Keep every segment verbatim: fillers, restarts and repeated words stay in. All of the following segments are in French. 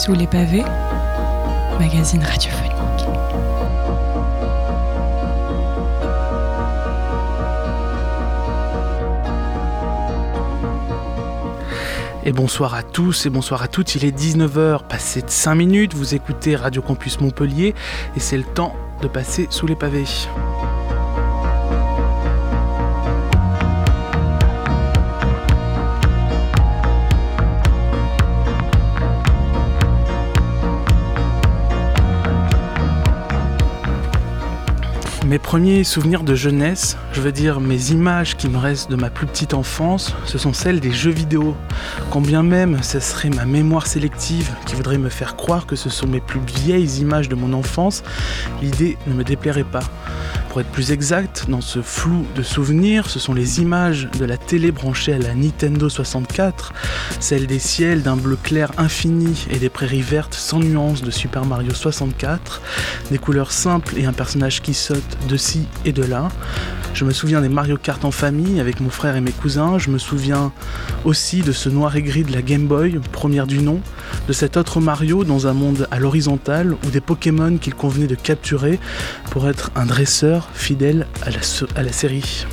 Sous les pavés, magazine radiophonique. Et bonsoir à tous et bonsoir à toutes, il est dix-neuf heures, passé de cinq minutes, vous écoutez Radio Campus Montpellier et c'est le temps de passer sous les pavés. Mes premiers souvenirs de jeunesse, je veux dire mes images qui me restent de ma plus petite enfance, ce sont celles des jeux vidéo. Quand bien même ce serait ma mémoire sélective qui voudrait me faire croire que ce sont mes plus vieilles images de mon enfance, l'idée ne me déplairait pas. Pour être plus exact, dans ce flou de souvenirs, ce sont les images de la télé branchée à la Nintendo soixante-quatre, celles des ciels d'un bleu clair infini et des prairies vertes sans nuances de Super Mario soixante-quatre, des couleurs simples et un personnage qui saute de ci et de là. Je me souviens des Mario Kart en famille avec mon frère et mes cousins. Je me souviens aussi de ce noir et gris de la Game Boy, première du nom, de cet autre Mario dans un monde à l'horizontale ou des Pokémon qu'il convenait de capturer pour être un dresseur fidèle à la, à la série.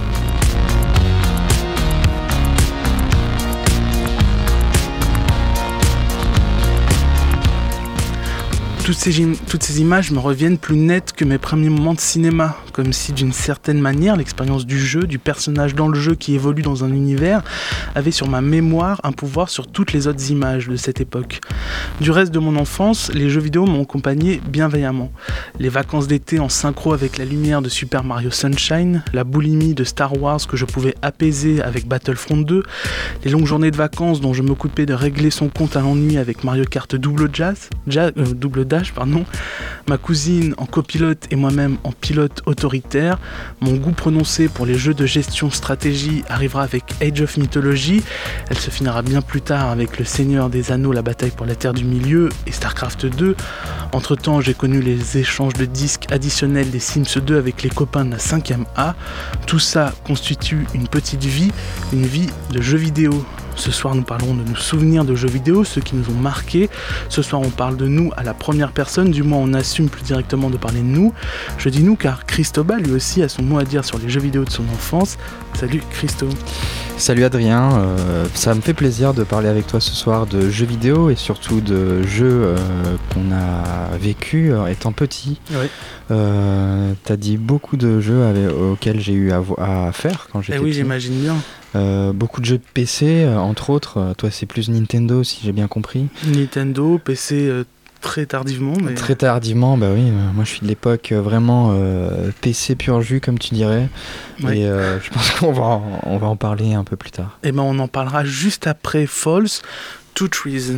Toutes ces, toutes ces images me reviennent plus nettes que mes premiers moments de cinéma, comme si d'une certaine manière l'expérience du jeu, du personnage dans le jeu qui évolue dans un univers, avait sur ma mémoire un pouvoir sur toutes les autres images de cette époque. Du reste de mon enfance, les jeux vidéo m'ont accompagné bienveillamment. Les vacances d'été en synchro avec la lumière de Super Mario Sunshine, la boulimie de Star Wars que je pouvais apaiser avec Battlefront deux, les longues journées de vacances dont je m'occupais de régler son compte à l'ennui avec Mario Kart Double Jazz, jazz euh, Double Dash, Pardon, ma cousine en copilote et moi-même en pilote autoritaire. Mon goût prononcé pour les jeux de gestion stratégie arrivera avec Age of Mythology. Elle se finira bien plus tard avec Le Seigneur des Anneaux, la bataille pour la Terre du Milieu et Starcraft deux. Entre temps, j'ai connu les échanges de disques additionnels des Sims deux avec les copains de la cinquième A. Tout ça constitue une petite vie, une vie de jeux vidéo. Ce soir, nous parlerons de nos souvenirs de jeux vidéo, ceux qui nous ont marqués. Ce soir, on parle de nous à la première personne, du moins on assume plus directement de parler de nous. Je dis nous car Christobal, lui aussi, a son mot à dire sur les jeux vidéo de son enfance. Salut Christo. Salut Adrien, euh, ça me fait plaisir de parler avec toi ce soir de jeux vidéo et surtout de jeux euh, qu'on a vécu euh, étant petit. Oui. Euh, t'as dit beaucoup de jeux avec, auxquels j'ai eu à, à faire quand j'étais Eh oui, petit. j'imagine bien. Euh, beaucoup de jeux de P C, euh, entre autres. Euh, toi, c'est plus Nintendo, si j'ai bien compris. Nintendo, P C euh, très tardivement. Mais... Très tardivement, bah oui. Euh, moi, je suis de l'époque euh, vraiment euh, P C pur jus, comme tu dirais. Ouais. Et euh, je pense qu'on va en, on va en parler un peu plus tard. Eh ben, on en parlera juste après False, Two Trees.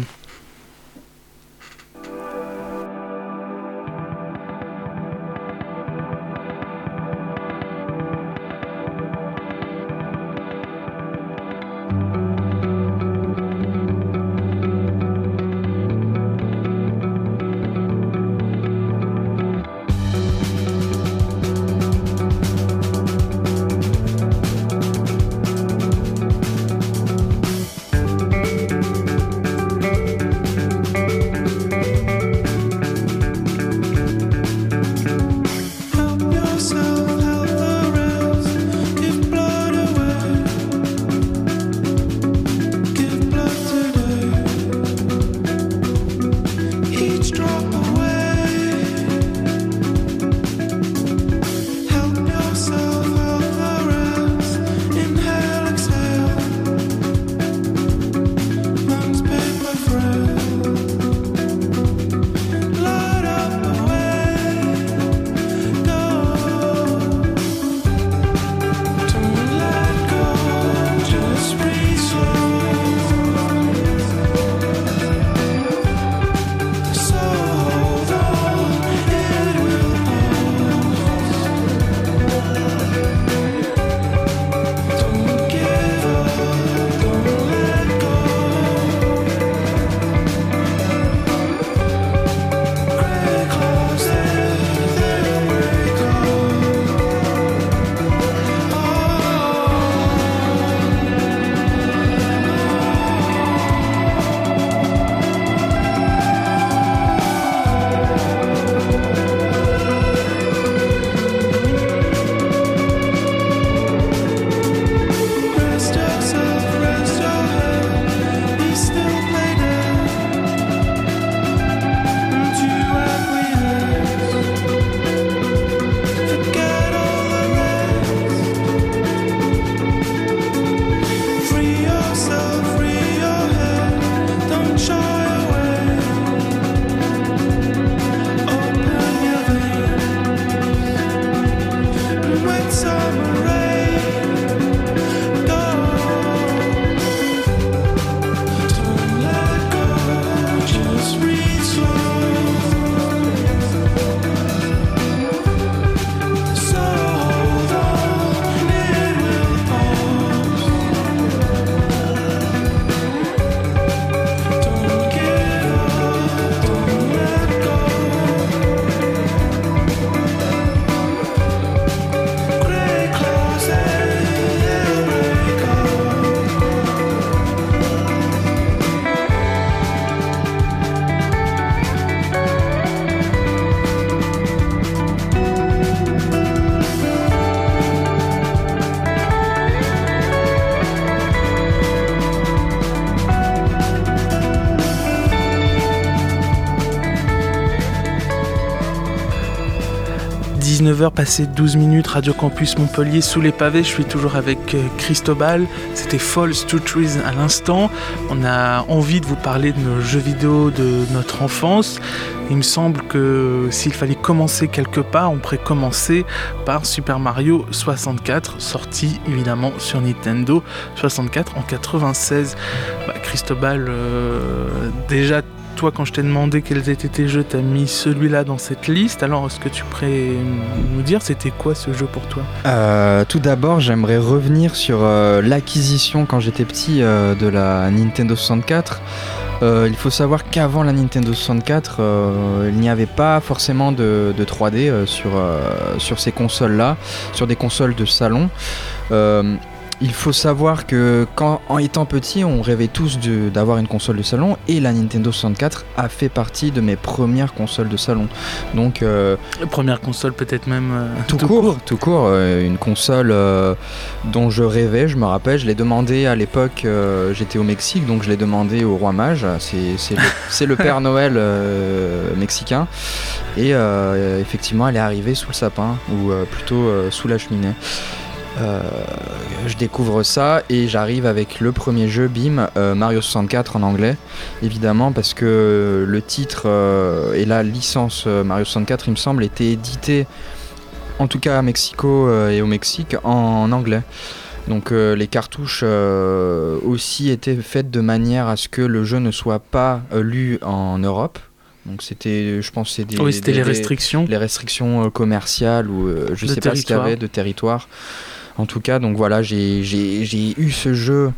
dix-neuf heures passées douze minutes, Radio Campus Montpellier sous les pavés. Je suis toujours avec euh, Cristobal. C'était Falls to Trees à l'instant. On a envie de vous parler de nos jeux vidéo de notre enfance. Il me semble que s'il fallait commencer quelque part, on pourrait commencer par Super Mario soixante-quatre, sorti évidemment sur Nintendo soixante-quatre en quatre-vingt-seize. Bah, Cristobal, euh, déjà toi, quand je t'ai demandé quels étaient tes jeux, t'as mis celui-là dans cette liste. Alors, est-ce que tu pourrais nous dire, c'était quoi ce jeu pour toi ? euh, Tout d'abord, j'aimerais revenir sur euh, l'acquisition quand j'étais petit euh, de la Nintendo soixante-quatre. Euh, il faut savoir qu'avant la Nintendo soixante-quatre, euh, il n'y avait pas forcément de, de trois D euh, sur, euh, sur ces consoles-là, sur des consoles de salon. Euh, Il faut savoir que quand, en étant petit, on rêvait tous de, d'avoir une console de salon, et la Nintendo soixante-quatre a fait partie de mes premières consoles de salon. Donc, euh, première console peut-être même euh, tout, tout court, court. tout court, euh, une console euh, dont je rêvais. Je me rappelle, je l'ai demandé à l'époque. Euh, j'étais au Mexique, donc je l'ai demandé au roi mage. C'est, c'est, le, c'est le Père Noël euh, mexicain, et euh, effectivement, elle est arrivée sous le sapin, ou euh, plutôt euh, sous la cheminée. Euh, je découvre ça et j'arrive avec le premier jeu, bim, euh, Mario soixante-quatre en anglais, évidemment, parce que le titre euh, et la licence euh, Mario soixante-quatre, il me semble, était édité, en tout cas à Mexico euh, et au Mexique, en, en anglais. Donc euh, les cartouches euh, aussi étaient faites de manière à ce que le jeu ne soit pas euh, lu en Europe. Donc c'était, je pense, c'est des, oui, c'était des, les restrictions, les restrictions euh, commerciales ou euh, je de sais pas ce qu'il y avait de territoire. En tout cas, donc voilà, j'ai, j'ai, j'ai eu ce jeu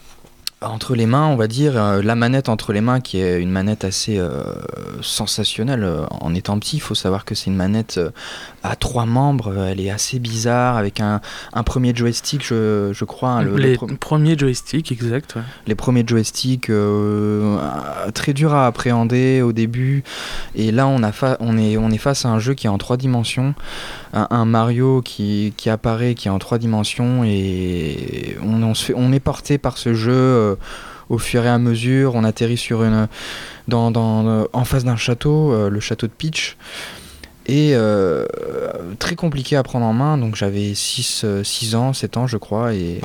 entre les mains, on va dire, euh, la manette entre les mains, qui est une manette assez euh, sensationnelle. En étant petit, il faut savoir que c'est une manette euh, à trois membres, elle est assez bizarre, avec un, un premier joystick, je, je crois. Hein, le, les le pro- premiers joysticks, exact. Ouais. Les premiers joysticks, euh, très durs à appréhender au début. Et là, on, a fa- on, est, on est face à un jeu qui est en trois dimensions. Un, un Mario qui, qui apparaît, qui est en trois dimensions. Et on, on, se fait, on est porté par ce jeu euh, au fur et à mesure. On atterrit sur une, dans, dans, en face d'un château, euh, le château de Peach. Et euh, très compliqué à prendre en main, donc j'avais six ans, sept ans je crois, et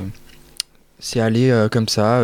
c'est allé euh, comme ça,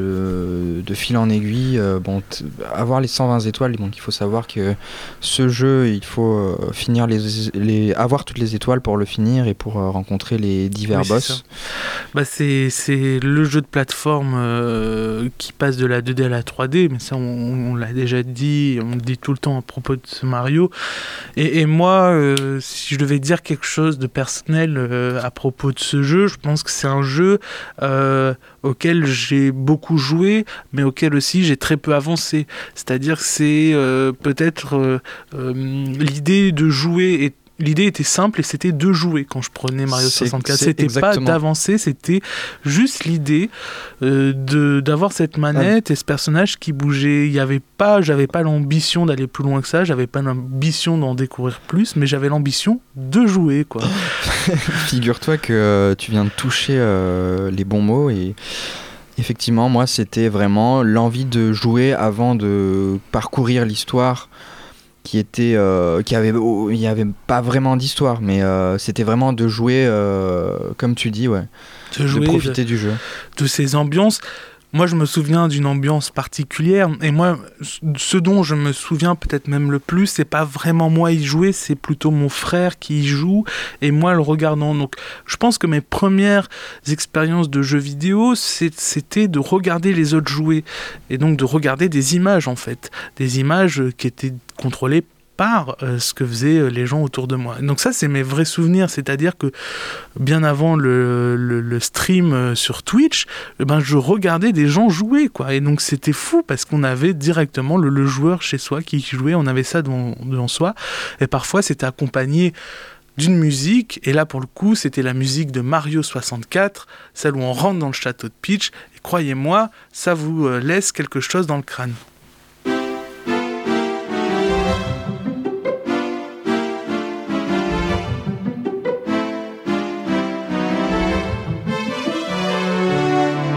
euh, de fil en aiguille. Euh, bon, t- avoir les cent vingt étoiles, donc il faut savoir que ce jeu, il faut euh, finir les, les, avoir toutes les étoiles pour le finir et pour euh, rencontrer les divers oui, boss. C'est, bah, c'est, c'est le jeu de plateforme euh, qui passe de la deux D à la trois D, mais ça on, on l'a déjà dit, on le dit tout le temps à propos de ce Mario. Et, et moi, euh, si je devais dire quelque chose de personnel euh, à propos de ce jeu, je pense que c'est un jeu euh, auquel j'ai beaucoup joué, mais auquel aussi j'ai très peu avancé. C'est-à-dire que c'est euh, peut-être euh, euh, l'idée de jouer et l'idée était simple et c'était de jouer quand je prenais Mario c'est, soixante-quatre. c'est c'était exactement. pas d'avancer, c'était juste l'idée euh, de, d'avoir cette manette ah. et ce personnage qui bougeait. Il y avait pas, j'avais pas l'ambition d'aller plus loin que ça, j'avais pas l'ambition d'en découvrir plus, mais j'avais l'ambition de jouer, quoi. Figure-toi que euh, tu viens de toucher euh, les bons mots et effectivement, moi, c'était vraiment l'envie de jouer avant de parcourir l'histoire. Qui était, euh, qui avait, oh, il n'y avait pas vraiment d'histoire, mais euh, c'était vraiment de jouer, euh, comme tu dis, ouais, de, jouer, de profiter de, du jeu. De ces ambiances. Moi, je me souviens d'une ambiance particulière, et moi, ce dont je me souviens peut-être même le plus, c'est pas vraiment moi y jouer, c'est plutôt mon frère qui y joue, et moi le regardant. Donc, je pense que mes premières expériences de jeux vidéo, c'est, c'était de regarder les autres jouer, et donc de regarder des images, en fait, des images qui étaient contrôlées par euh, ce que faisaient les gens autour de moi. Donc ça, c'est mes vrais souvenirs, c'est-à-dire que bien avant le, le, le stream euh, sur Twitch, eh ben, je regardais des gens jouer, quoi. Et donc c'était fou parce qu'on avait directement le, le joueur chez soi qui jouait, on avait ça devant, devant soi, et parfois c'était accompagné d'une musique, et là pour le coup c'était la musique de Mario soixante-quatre, celle où on rentre dans le château de Peach, et croyez-moi, ça vous euh, laisse quelque chose dans le crâne.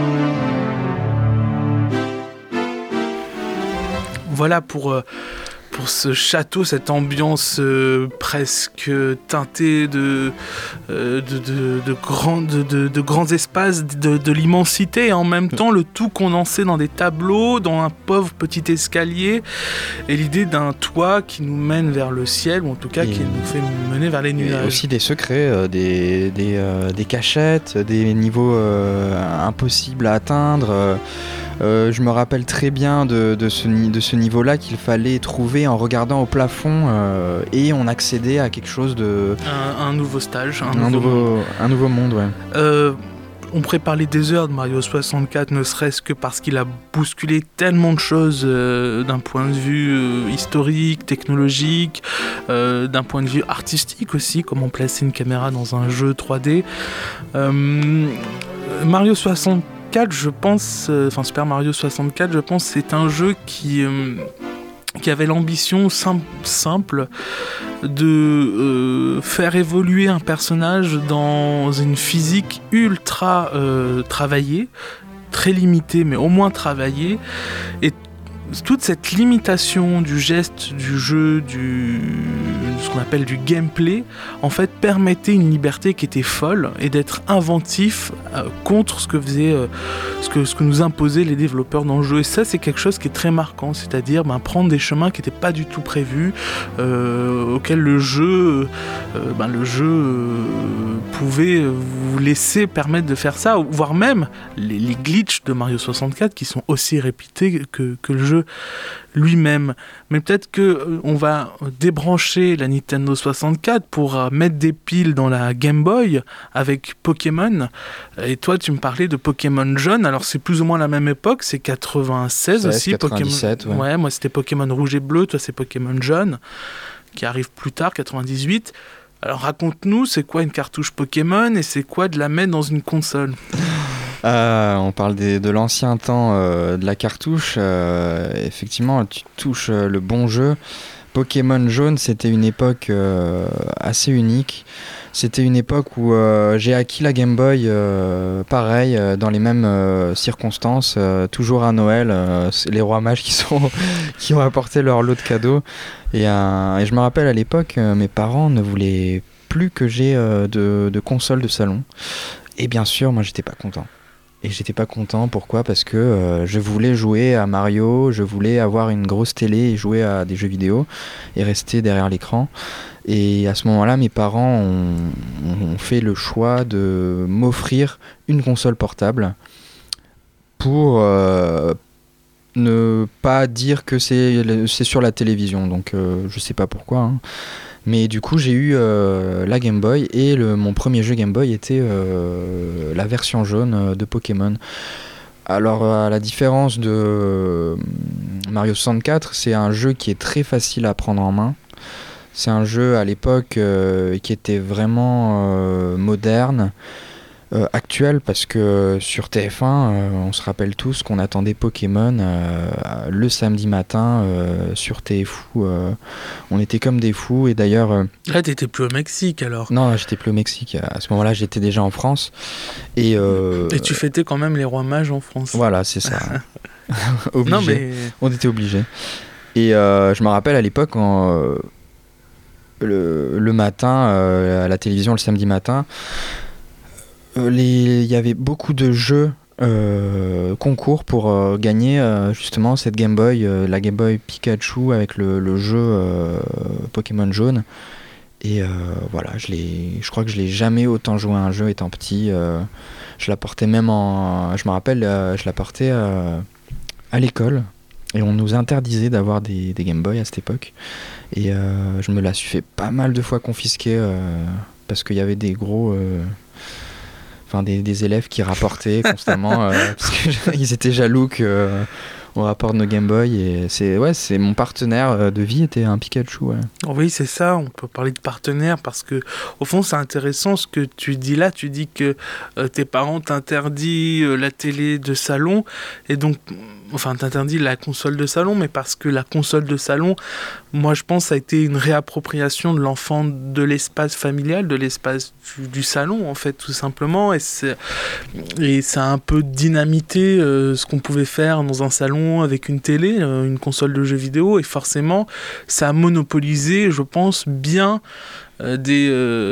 Voilà pour, euh, pour ce château, cette ambiance euh, presque teintée de, euh, de, de, de, grands, de, de, de grands espaces, de, de l'immensité, et en même temps le tout condensé dans des tableaux, dans un pauvre petit escalier, et l'idée d'un toit qui nous mène vers le ciel, ou en tout cas et qui nous fait mener vers les nuages. Et aussi des secrets, euh, des, des, euh, des cachettes, des niveaux euh, impossibles à atteindre. Euh, euh, je me rappelle très bien de, de, ce, de ce niveau-là qu'il fallait trouver en regardant au plafond euh, et on accédait à quelque chose de... Un, un nouveau stage, un, un, nouveau, nouveau, monde. un nouveau monde, ouais. Euh, on pourrait parler des heures de Mario soixante-quatre, ne serait-ce que parce qu'il a bousculé tellement de choses euh, d'un point de vue euh, historique, technologique, euh, d'un point de vue artistique aussi, comment placer une caméra dans un jeu trois D. Euh, Mario soixante-quatre, je pense, euh, enfin Super Mario soixante-quatre, je pense, c'est un jeu qui... Euh, qui avait l'ambition sim- simple de euh, faire évoluer un personnage dans une physique ultra euh, travaillée, très limitée, mais au moins travaillée, et toute cette limitation du geste, du jeu, du ce qu'on appelle du gameplay, en fait, permettait une liberté qui était folle et d'être inventif euh, contre ce que faisaient, euh, ce que ce que nous imposaient les développeurs dans le jeu. Et ça, c'est quelque chose qui est très marquant, c'est-à-dire ben, prendre des chemins qui n'étaient pas du tout prévus, euh, auxquels le jeu, euh, ben, le jeu euh, pouvait vous laisser permettre de faire ça, voire même les, les glitches de Mario soixante-quatre qui sont aussi répétés que, que le jeu lui-même. Mais peut-être qu'on euh, va débrancher la Nintendo soixante-quatre pour euh, mettre des piles dans la Game Boy avec Pokémon. Et toi, tu me parlais de Pokémon jaune. Alors, c'est plus ou moins la même époque. C'est quatre-vingt-seize aussi. quatre-vingt-dix-sept, Pokémon... ouais. ouais, moi, c'était Pokémon rouge et bleu. Toi, c'est Pokémon jaune qui arrive plus tard, quatre-vingt-dix-huit. Alors, raconte-nous, c'est quoi une cartouche Pokémon et c'est quoi de la mettre dans une console ? Euh, on parle des, de l'ancien temps euh, de la cartouche. Euh, effectivement, tu touches euh, le bon jeu. Pokémon jaune, c'était une époque euh, assez unique. C'était une époque où euh, j'ai acquis la Game Boy, euh, pareil, euh, dans les mêmes euh, circonstances, euh, toujours à Noël, euh, c'est les rois mages qui, sont qui ont apporté leur lot de cadeaux. Et, euh, et je me rappelle à l'époque, euh, mes parents ne voulaient plus que j'ai euh, de, de console de salon. Et bien sûr, moi, j'étais pas content. Et j'étais pas content, pourquoi ? Parce que euh, je voulais jouer à Mario, je voulais avoir une grosse télé et jouer à des jeux vidéo et rester derrière l'écran. Et à ce moment-là, mes parents ont, ont fait le choix de m'offrir une console portable pour euh, ne pas dire que c'est, c'est sur la télévision. Donc euh, je sais pas pourquoi, hein. Mais du coup, j'ai eu euh, la Game Boy et le, mon premier jeu Game Boy était euh, la version jaune de Pokémon. Alors, à la différence de euh, Mario soixante-quatre, c'est un jeu qui est très facile à prendre en main. C'est un jeu à l'époque euh, qui était vraiment euh, moderne, euh, actuel, parce que sur T F un, euh, on se rappelle tous qu'on attendait Pokémon euh, le samedi matin euh, sur T F U. Euh, on était comme des fous, et d'ailleurs... Euh, Là, t'étais plus au Mexique, alors. Non, j'étais plus au Mexique. À ce moment-là, j'étais déjà en France. Et, euh, et tu fêtais quand même les rois mages en France. Voilà, c'est ça. Obligé. Non, mais... On était obligés. Et euh, je me rappelle à l'époque, quand, euh, le, le matin, euh, à la télévision, le samedi matin, euh, les, il y avait beaucoup de jeux euh, concours pour euh, gagner euh, justement cette Game Boy, euh, la Game Boy Pikachu avec le, le jeu euh, Pokémon jaune. Et euh, voilà, je, l'ai, je crois que je l'ai jamais autant joué à un jeu étant petit. Euh, je la portais même en... Je me rappelle, euh, je la portais euh, à l'école. Et on nous interdisait d'avoir des, des Game Boy à cette époque. Et euh, je me la suis fait pas mal de fois confisquer euh, parce qu'il y avait des gros... Euh, enfin, des, des élèves qui rapportaient constamment euh, parce qu'ils étaient jaloux que... Euh, on rapporte nos Game Boy, et c'est, ouais, c'est mon partenaire de vie était un Pikachu. Ouais. Oui, c'est ça, on peut parler de partenaire parce que, au fond, c'est intéressant ce que tu dis là. Tu dis que euh, tes parents t'interdisent euh, la télé de salon, et donc, enfin, t'interdisent la console de salon, mais parce que la console de salon, moi je pense que ça a été une réappropriation de l'enfant de l'espace familial, de l'espace du, du salon en fait tout simplement, et, c'est, et ça a un peu dynamité euh, ce qu'on pouvait faire dans un salon avec une télé, euh, une console de jeux vidéo, et forcément ça a monopolisé, je pense, bien Euh, des,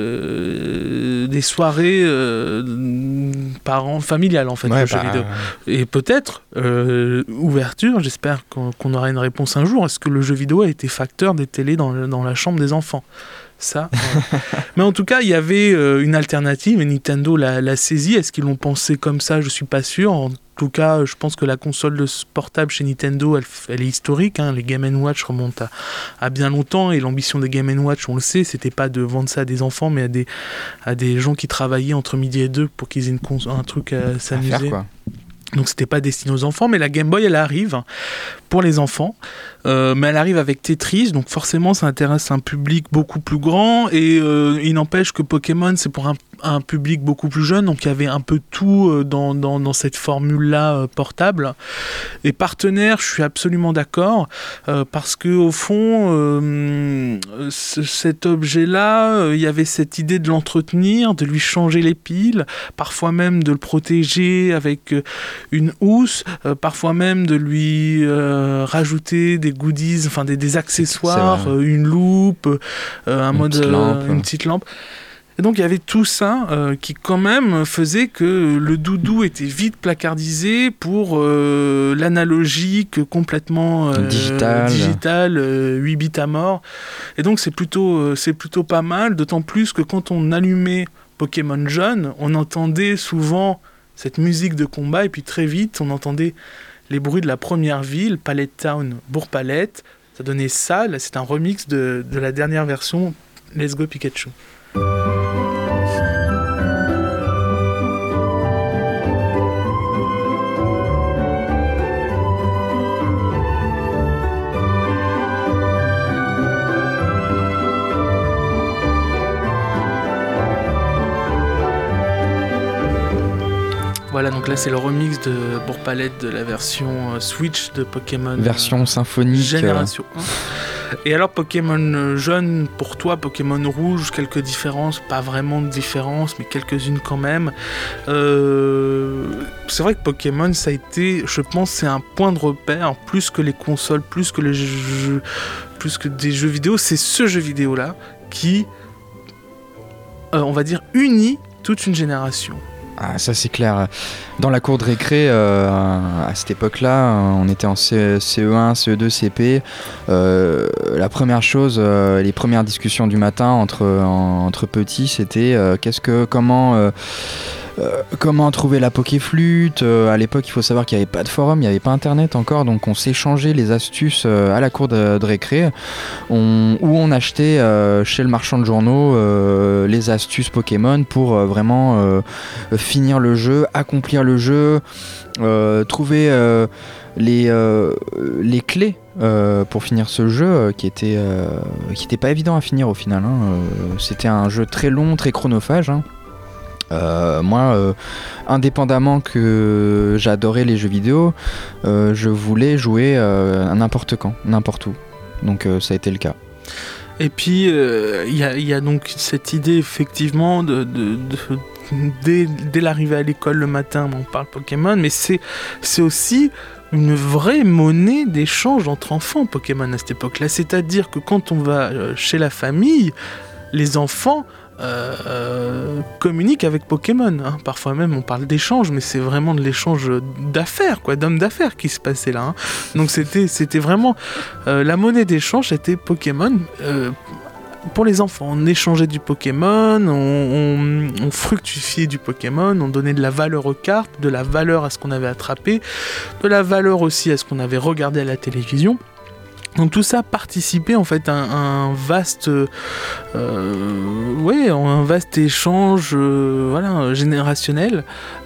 euh, des soirées euh, parents familiales en fait, Ouais, le jeu bah, vidéo. Et peut-être euh, ouverture, j'espère qu'on, qu'on aura une réponse un jour. Est-ce que le jeu vidéo a été facteur des télés dans, le, dans la chambre des enfants ? Ça, euh... mais en tout cas, il y avait euh, une alternative et Nintendo l'a, l'a saisie. Est-ce qu'ils l'ont pensé comme ça ? Je suis pas sûr. En tout cas, je pense que la console de portable chez Nintendo, elle, elle est historique. Hein. Les Game and Watch remontent à, à bien longtemps et l'ambition des Game and Watch, on le sait, c'était pas de vendre ça à des enfants, mais à des, à des gens qui travaillaient entre midi et deux pour qu'ils aient une cons- un truc à s'amuser. À faire, quoi. Donc c'était pas destiné aux enfants, mais la Game Boy elle arrive pour les enfants, euh, mais elle arrive avec Tetris, donc forcément ça intéresse un public beaucoup plus grand, et euh, il n'empêche que Pokémon c'est pour un, un public beaucoup plus jeune, donc il y avait un peu tout dans, dans, dans cette formule-là euh, portable. Et partenaire, je suis absolument d'accord, euh, parce que au fond, euh, c- cet objet-là, euh, il y avait cette idée de l'entretenir, de lui changer les piles, parfois même de le protéger avec euh, une housse, euh, parfois même de lui euh, rajouter des goodies, enfin des, des accessoires, euh, une loupe, euh, un une mode, petite lampe. euh, une petite lampe. Et donc il y avait tout ça euh, qui quand même faisait que le doudou était vite placardisé pour euh, l'analogique complètement euh, digital, digital euh, huit bits à mort. Et donc c'est plutôt, euh, c'est plutôt pas mal, d'autant plus que quand on allumait Pokémon Jaune, on entendait souvent cette musique de combat, et puis très vite on entendait les bruits de la première ville, Palette Town, Bourg-Palette. Ça donnait ça, là c'est un remix de, de la dernière version Let's Go Pikachu. Voilà, donc là c'est le remix de Bourg-Palette de la version Switch de Pokémon. Version symphonique. Génération un. Et alors Pokémon jaune, pour toi, Pokémon rouge, quelques différences, pas vraiment de différences, mais quelques-unes quand même. Euh, c'est vrai que Pokémon, ça a été, je pense, c'est un point de repère, plus que les consoles, plus que les jeux, plus que des jeux vidéo, c'est ce jeu vidéo-là qui, euh, on va dire, unit toute une génération. Ah, ça c'est clair. Dans la cour de récré, euh, à cette époque-là, on était en C E un, C E deux, C P. Euh, la première chose, euh, les premières discussions du matin entre, en, entre petits, c'était euh, qu'est-ce que, comment, euh, euh, comment trouver la Pokéflûte. Euh, à l'époque, il faut savoir qu'il n'y avait pas de forum, il n'y avait pas Internet encore, donc on s'échangeait les astuces euh, à la cour de, de récré, on, où on achetait euh, chez le marchand de journaux euh, les astuces Pokémon pour euh, vraiment euh, finir le jeu, accomplir le jeu, euh, trouver euh, les, euh, les clés euh, pour finir ce jeu euh, qui était euh, qui était pas évident à finir au final, hein. Euh, c'était un jeu très long, très chronophage, hein. Euh, moi, euh, indépendamment que j'adorais les jeux vidéo, euh, je voulais jouer euh, à n'importe quand, n'importe où. Donc euh, ça a été le cas. Et puis, il euh, y, y a donc cette idée, effectivement, de, de, de, dès, dès l'arrivée à l'école le matin, on parle Pokémon, mais c'est, c'est aussi une vraie monnaie d'échange entre enfants, Pokémon, à cette époque-là. C'est-à-dire que quand on va chez la famille, les enfants euh, euh, communiquent avec Pokémon, hein. Parfois même, on parle d'échange, mais c'est vraiment de l'échange d'affaires, quoi, d'hommes d'affaires qui se passait là, hein. Donc c'était, c'était vraiment... Euh, la monnaie d'échange, c'était Pokémon... Euh, pour les enfants, on échangeait du Pokémon, on, on, on fructifiait du Pokémon, on donnait de la valeur aux cartes, de la valeur à ce qu'on avait attrapé, de la valeur aussi à ce qu'on avait regardé à la télévision. Donc tout ça participait en fait à un, un vaste, euh, ouais, un vaste échange, euh, voilà, générationnel.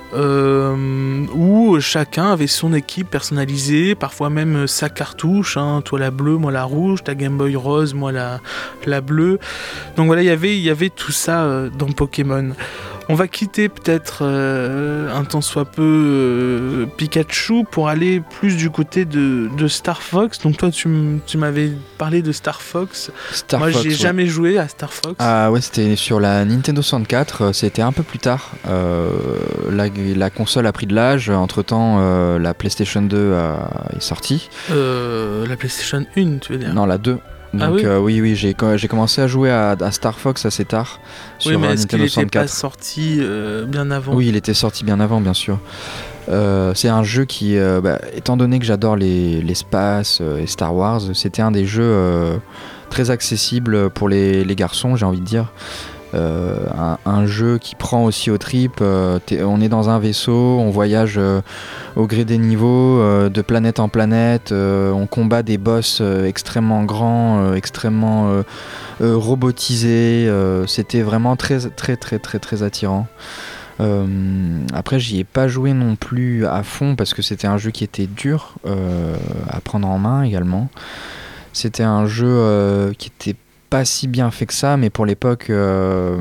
Euh, où chacun avait son équipe personnalisée, parfois même sa cartouche, hein, toi la bleue, moi la rouge, ta Game Boy rose, moi la, la bleue. Donc voilà, y avait, y avait tout ça euh, dans Pokémon. On va quitter peut-être euh, un tant soit peu euh, Pikachu pour aller plus du côté de, de Star Fox. Donc toi tu, m- tu m'avais parlé de Star Fox. Star Moi Fox, j'ai ouais. jamais joué à Star Fox. Ah ouais, c'était sur la Nintendo soixante-quatre, euh, c'était un peu plus tard. Euh, la, la console a pris de l'âge, entre-temps euh, la PlayStation deux a- est sortie. Euh, la PlayStation un tu veux dire. Non, la deux. Donc Ah oui euh, oui, oui, j'ai, co- j'ai commencé à jouer à, à Star Fox assez tard sur Oui mais euh, est-ce qu'il Nintendo n'était pas soixante-quatre. sorti euh, bien avant? Oui, il était sorti bien avant, bien sûr. Euh, c'est un jeu qui, euh, bah, étant donné que j'adore les, l'espace euh, et Star Wars, c'était un des jeux euh, très accessibles pour les, les garçons, j'ai envie de dire. Euh, un, un jeu qui prend aussi aux tripes. Euh, t'es- on est dans un vaisseau, on voyage euh, au gré des niveaux, euh, de planète en planète. Euh, on combat des boss euh, extrêmement grands, euh, extrêmement euh, euh, robotisés. Euh, c'était vraiment très, très, très, très, très attirant. Euh, après, j'y ai pas joué non plus à fond parce que c'était un jeu qui était dur euh, à prendre en main également. C'était un jeu euh, qui était pas si bien fait que ça, mais pour l'époque, euh,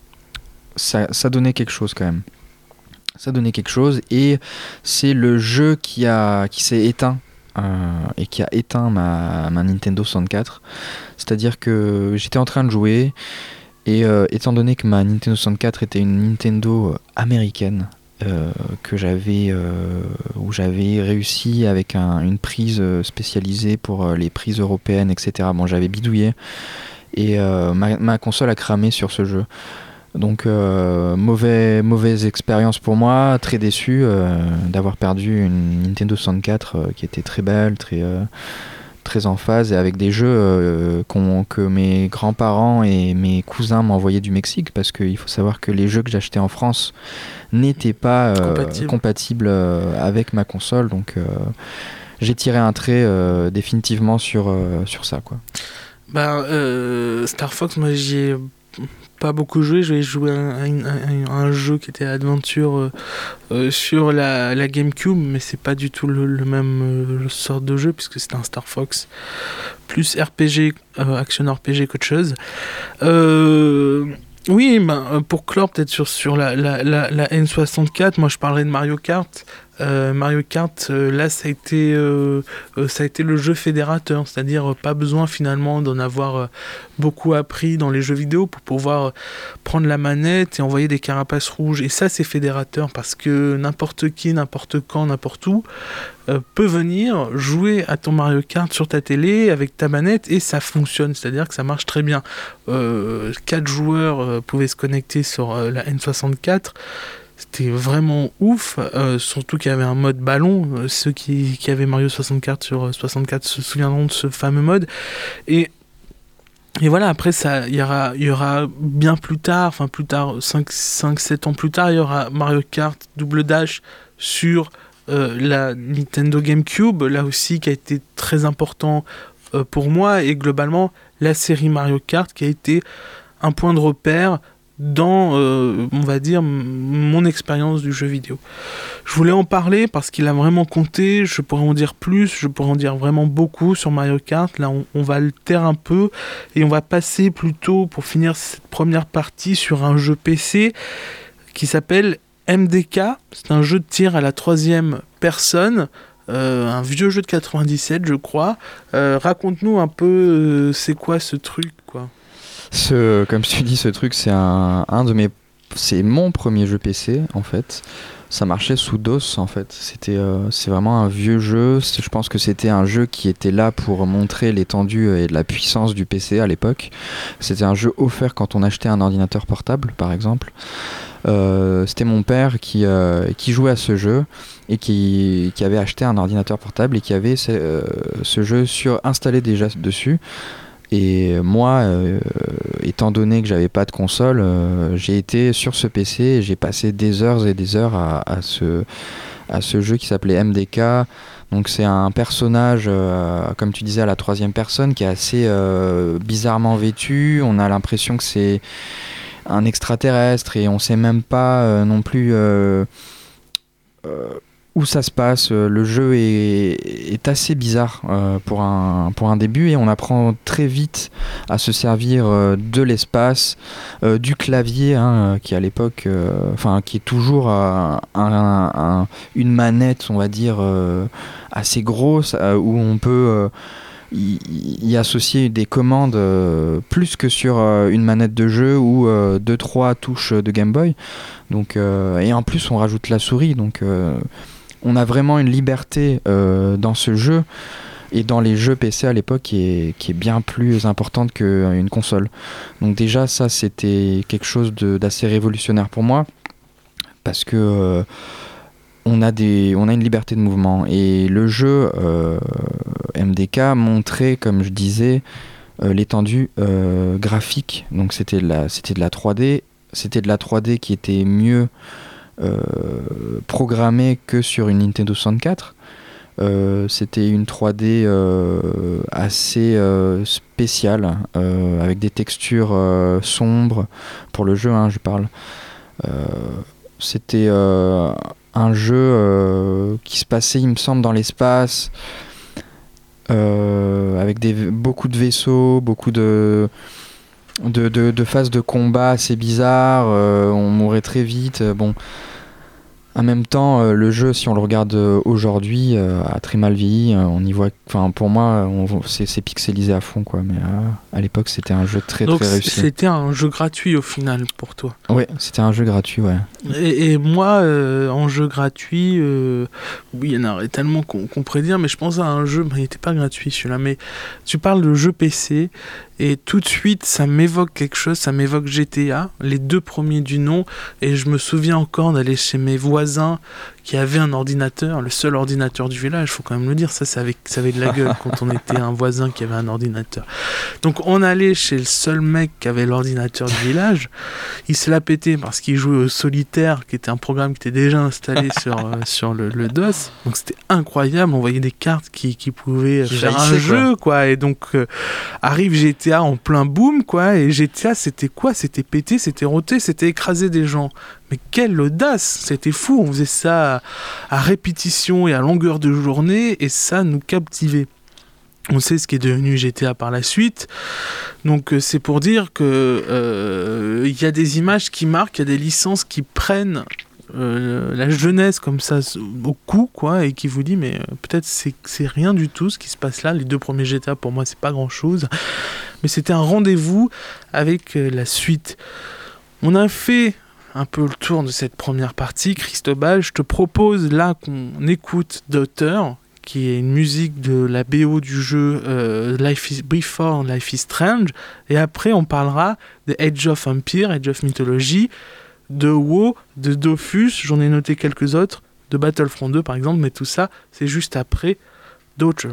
ça, ça donnait quelque chose quand même. Ça donnait quelque chose, et c'est le jeu qui, a, qui s'est éteint euh, et qui a éteint ma, ma Nintendo soixante-quatre. C'est-à-dire que j'étais en train de jouer, et euh, étant donné que ma Nintendo soixante-quatre était une Nintendo américaine, euh, que j'avais, euh, où j'avais réussi avec un, une prise spécialisée pour euh, les prises européennes, et cetera. Bon, j'avais bidouillé, et euh, ma, ma console a cramé sur ce jeu. Donc euh, mauvais, mauvaise expérience pour moi, très déçu euh, d'avoir perdu une Nintendo soixante-quatre euh, qui était très belle, très, euh, très en phase, et avec des jeux euh, qu'on, que mes grands-parents et mes cousins m'envoyaient du Mexique, parce qu'il faut savoir que les jeux que j'achetais en France n'étaient pas euh, Compatible. compatibles euh, avec ma console, donc euh, j'ai tiré un trait euh, définitivement sur, euh, sur ça, quoi. Bah, euh, Star Fox, moi j'y ai pas beaucoup joué. J'ai joué à un, à un- à un jeu qui était Adventure euh, euh, sur la, la GameCube, mais c'est pas du tout le, le même euh, sort de jeu puisque c'est un Star Fox plus R P G, euh, action R P G qu'autre chose. Euh, oui, ben, pour clore peut-être sur, sur la, la, la, la N soixante-quatre, moi je parlerai de Mario Kart. Euh, Mario Kart, euh, là ça a été euh, euh, ça a été le jeu fédérateur, c'est-à-dire euh, pas besoin finalement d'en avoir euh, beaucoup appris dans les jeux vidéo pour pouvoir euh, prendre la manette et envoyer des carapaces rouges. Et ça c'est fédérateur parce que n'importe qui, n'importe quand, n'importe où euh, peut venir jouer à ton Mario Kart sur ta télé avec ta manette et ça fonctionne, c'est-à-dire que ça marche très bien. Euh, quatre joueurs euh, pouvaient se connecter sur euh, la N soixante-quatre. C'était vraiment ouf, euh, surtout qu'il y avait un mode ballon. Euh, ceux qui, qui avaient Mario soixante-quatre sur euh, soixante-quatre se souviendront de ce fameux mode. Et, et voilà, après, ça, il y aura, il y aura bien plus tard, enfin plus tard, cinq sept ans plus tard, il y aura Mario Kart Double Dash sur euh, la Nintendo GameCube, là aussi, qui a été très important euh, pour moi. Et globalement, la série Mario Kart qui a été un point de repère dans, euh, on va dire, m- mon expérience du jeu vidéo. Je voulais en parler parce qu'il a vraiment compté, je pourrais en dire plus, je pourrais en dire vraiment beaucoup sur Mario Kart. Là, on, on va le taire un peu et on va passer plutôt, pour finir cette première partie, sur un jeu P C qui s'appelle M D K. C'est un jeu de tir à la troisième personne. Euh, un vieux jeu de quatre-vingt-dix-sept, je crois. Euh, raconte-nous un peu, euh, c'est quoi ce truc, quoi. Ce, comme je te dis, ce truc, c'est un, un de mes, c'est mon premier jeu P C en fait. Ça marchait sous DOS en fait. C'était, euh, c'est vraiment un vieux jeu. C'est, je pense que c'était un jeu qui était là pour montrer l'étendue et la puissance du P C à l'époque. C'était un jeu offert quand on achetait un ordinateur portable, par exemple. Euh, c'était mon père qui, euh, qui jouait à ce jeu et qui, qui avait acheté un ordinateur portable et qui avait ce, euh, ce jeu sur, installé déjà dessus. Et moi, euh, étant donné que j'avais pas de console, euh, j'ai été sur ce P C et j'ai passé des heures et des heures à, à, ce, à ce jeu qui s'appelait M D K. Donc c'est un personnage, euh, comme tu disais, à la troisième personne, qui est assez euh, bizarrement vêtu. On a l'impression que c'est un extraterrestre et on sait même pas euh, non plus... Euh, euh, où ça se passe. Le jeu est, est assez bizarre euh, pour, un, pour un début et on apprend très vite à se servir euh, de l'espace, euh, du clavier hein, qui à l'époque, euh, enfin qui est toujours euh, un, un, une manette, on va dire, euh, assez grosse euh, où on peut euh, y, y associer des commandes euh, plus que sur euh, une manette de jeu ou euh, deux trois touches de Game Boy. Donc, euh, et en plus on rajoute la souris, donc euh, on a vraiment une liberté euh, dans ce jeu et dans les jeux P C à l'époque qui est, qui est bien plus importante qu'une console. Donc déjà ça c'était quelque chose de, d'assez révolutionnaire pour moi parce que euh, on, a des, on a une liberté de mouvement et le jeu euh, M D K montrait, comme je disais, euh, l'étendue euh, graphique. Donc c'était de la, c'était de la trois D, c'était de la trois D qui était mieux Euh, programmé que sur une Nintendo soixante-quatre. Euh, c'était une trois D euh, assez euh, spéciale euh, avec des textures euh, sombres pour le jeu hein, je parle euh, c'était euh, un jeu euh, qui se passait il me semble dans l'espace euh, avec des, beaucoup de vaisseaux, beaucoup de De, de, de phases de combat assez bizarres, euh, on mourait très vite. Euh, bon, en même temps, euh, le jeu, si on le regarde euh, aujourd'hui, euh, a très mal vieilli. Euh, on y voit, enfin, pour moi, on, c'est, c'est pixelisé à fond, quoi. Mais euh, à l'époque, c'était un jeu très Donc très réussi. C'était un jeu gratuit au final pour toi. Ouais, c'était un jeu gratuit, ouais. Et, et moi, euh, en jeu gratuit, euh, oui, il y en aurait tellement qu'on, qu'on pourrait dire, mais je pense à un jeu, bah, il n'était pas gratuit celui-là, mais tu parles de jeu P C. Et tout de suite, ça m'évoque quelque chose, ça m'évoque G T A, les deux premiers du nom. Et je me souviens encore d'aller chez mes voisins qui avaient un ordinateur, le seul ordinateur du village, il faut quand même le dire, ça, ça avait, ça avait de la gueule quand on était un voisin qui avait un ordinateur. Donc on allait chez le seul mec qui avait l'ordinateur du village, il se l'a pété parce qu'il jouait au Solitaire, qui était un programme qui était déjà installé sur, euh, sur le, le DOS. Donc c'était incroyable, on voyait des cartes qui, qui pouvaient qui faire un jeu, quoi. quoi. Et donc euh, arrive G T A en plein boom, quoi, et G T A c'était quoi? C'était pété, c'était roté, c'était écraser des gens. Mais quelle audace! C'était fou, on faisait ça à, à répétition et à longueur de journée, et ça nous captivait. On sait ce qui est devenu G T A par la suite, donc euh, c'est pour dire que euh, y a des images qui marquent, il y a des licences qui prennent Euh, la jeunesse comme ça au cou, quoi, et qui vous dit mais euh, peut-être c'est, c'est rien du tout ce qui se passe là. Les deux premiers G T A pour moi c'est pas grand chose, mais c'était un rendez-vous avec euh, la suite. On a fait un peu le tour de cette première partie. Cristobal, je te propose là qu'on écoute Daughter, qui est une musique de la B O du jeu euh, Life is Before Life is Strange, et après on parlera de Age of Empire, Age of Mythology, de WoW, de Dofus, j'en ai noté quelques autres, de Battlefront deux par exemple, mais tout ça, c'est juste après Daughter.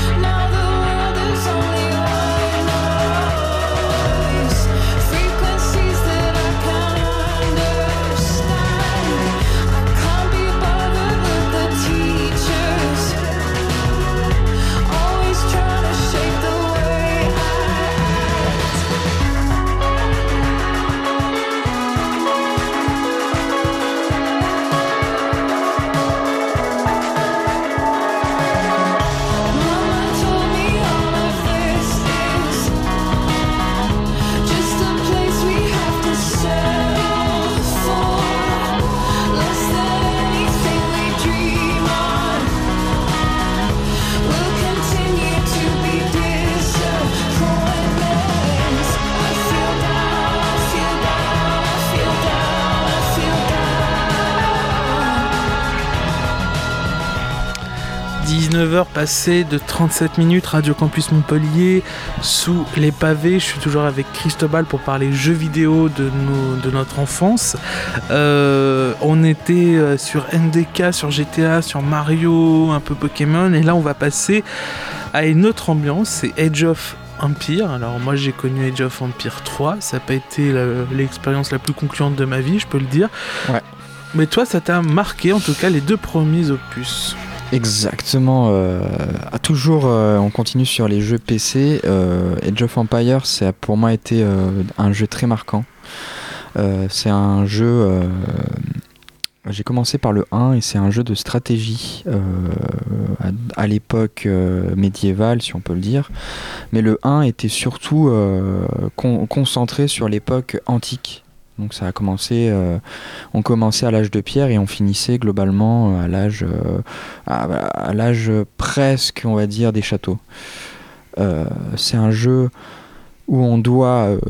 Frequency dix-neuf heures passées de trente-sept minutes, Radio Campus Montpellier, sous les pavés. Je suis toujours avec Cristobal pour parler jeux vidéo de, nos, de notre enfance. Euh, on était sur N D K, sur G T A, sur Mario, un peu Pokémon, et là on va passer à une autre ambiance, c'est Age of Empire. Alors moi j'ai connu Age of Empire trois, ça n'a pas été la, l'expérience la plus concluante de ma vie, je peux le dire. Ouais. Mais toi ça t'a marqué en tout cas les deux premiers opus. Exactement. Euh, toujours, euh, on continue sur les jeux P C. Euh, Age of Empires, ça a pour moi été euh, un jeu très marquant. Euh, c'est un jeu. Euh, j'ai commencé par le un et c'est un jeu de stratégie euh, à, à l'époque euh, médiévale, si on peut le dire. Mais le un était surtout euh, con- concentré sur l'époque antique. Donc ça a commencé, euh, on commençait à l'âge de pierre et on finissait globalement à l'âge, euh, à, à l'âge presque, on va dire, des châteaux. Euh, c'est un jeu où on doit euh,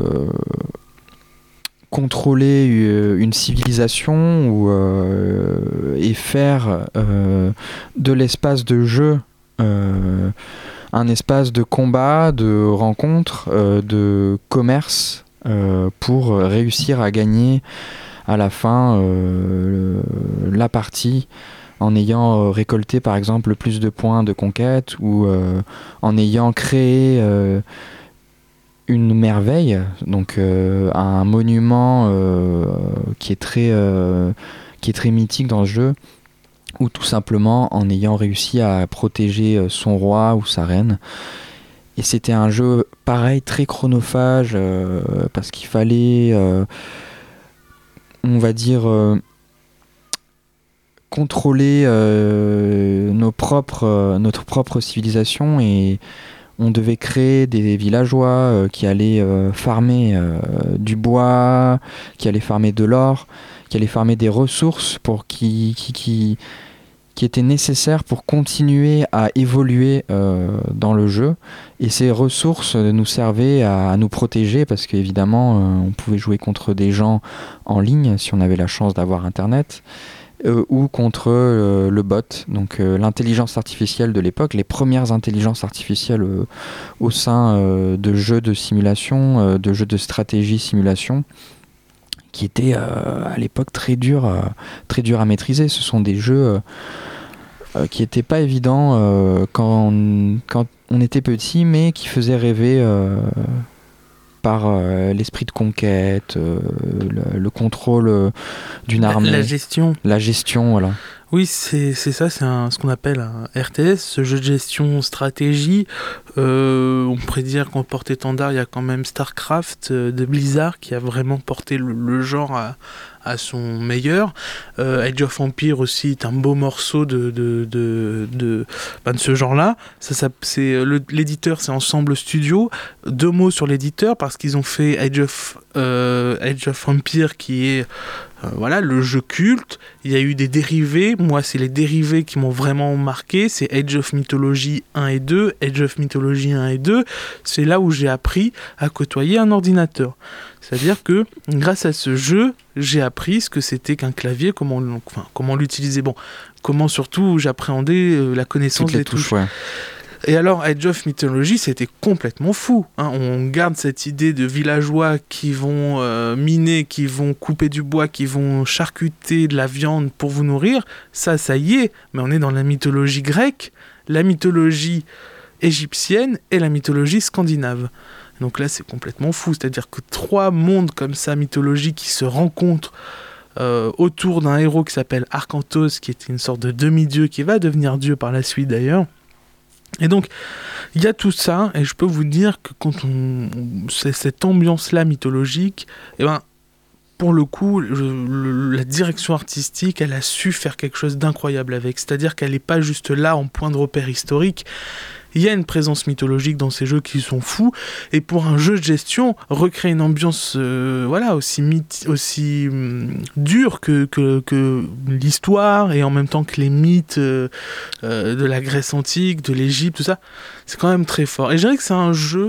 contrôler une civilisation ou, euh, et faire euh, de l'espace de jeu euh, un espace de combat, de rencontre, euh, de commerce. Euh, pour réussir à gagner à la fin euh, le, la partie en ayant euh, récolté par exemple le plus de points de conquête ou euh, en ayant créé euh, une merveille, donc euh, un monument euh, qui est très euh, qui est très mythique dans le jeu, ou tout simplement en ayant réussi à protéger son roi ou sa reine. Et c'était un jeu, pareil, très chronophage, euh, parce qu'il fallait, euh, on va dire, euh, contrôler euh, nos propres, euh, notre propre civilisation, et on devait créer des villageois euh, qui allaient euh, farmer euh, du bois, qui allaient farmer de l'or, qui allaient farmer des ressources pour qui, qui, qui qui étaient nécessaires pour continuer à évoluer euh, dans le jeu. Et ces ressources nous servaient à, à nous protéger, parce qu'évidemment, euh, on pouvait jouer contre des gens en ligne, si on avait la chance d'avoir Internet, euh, ou contre euh, le bot, donc euh, l'intelligence artificielle de l'époque, les premières intelligences artificielles euh, au sein euh, de jeux de simulation, euh, de jeux de stratégie simulation, qui étaient euh, à l'époque très durs, euh, très durs à maîtriser. Ce sont des jeux euh, euh, qui n'étaient pas évidents euh, quand, on, quand on était petit, mais qui faisaient rêver euh, par euh, l'esprit de conquête, euh, le, le contrôle euh, d'une armée. La, la gestion. La gestion, voilà. Oui, c'est, c'est ça, c'est un, ce qu'on appelle un R T S, ce jeu de gestion stratégie. Euh, on pourrait dire qu'en porte-étendard, il y a quand même StarCraft euh, de Blizzard qui a vraiment porté le, le genre à, à son meilleur. Euh, Age of Empire aussi est un beau morceau de, de, de, de, ben de ce genre-là. Ça, ça, c'est, le, l'éditeur, c'est Ensemble Studio. Deux mots sur l'éditeur, parce qu'ils ont fait Age of, euh, Age of Empire qui est... Euh, voilà, le jeu culte. Il y a eu des dérivés. Moi, c'est les dérivés qui m'ont vraiment marqué. C'est Age of Mythology un et deux. Age of Mythology un et deux, c'est là où j'ai appris à côtoyer un ordinateur. C'est-à-dire que, grâce à ce jeu, j'ai appris ce que c'était qu'un clavier, comment, enfin, comment l'utiliser. Bon, comment surtout j'appréhendais euh, la connaissance Toutes les des touches. touches ouais. Et alors, Age of Mythology, c'était complètement fou. Hein. On garde cette idée de villageois qui vont euh, miner, qui vont couper du bois, qui vont charcuter de la viande pour vous nourrir. Ça, ça y est. Mais on est dans la mythologie grecque, la mythologie égyptienne et la mythologie scandinave. Donc là, c'est complètement fou. C'est-à-dire que trois mondes comme ça, mythologiques, qui se rencontrent euh, autour d'un héros qui s'appelle Arcantos, qui était une sorte de demi-dieu, qui va devenir dieu par la suite d'ailleurs. Et donc, il y a tout ça, et je peux vous dire que quand on... c'est cette ambiance-là mythologique, eh ben, pour le coup, le, le, la direction artistique, elle a su faire quelque chose d'incroyable avec. C'est-à-dire qu'elle n'est pas juste là en point de repère historique. Il y a une présence mythologique dans ces jeux qui sont fous, et pour un jeu de gestion, recréer une ambiance euh, voilà, aussi, mythe, aussi hum, dure que, que, que l'histoire, et en même temps que les mythes euh, euh, de la Grèce antique, de l'Égypte, tout ça, c'est quand même très fort. Et je dirais que c'est un jeu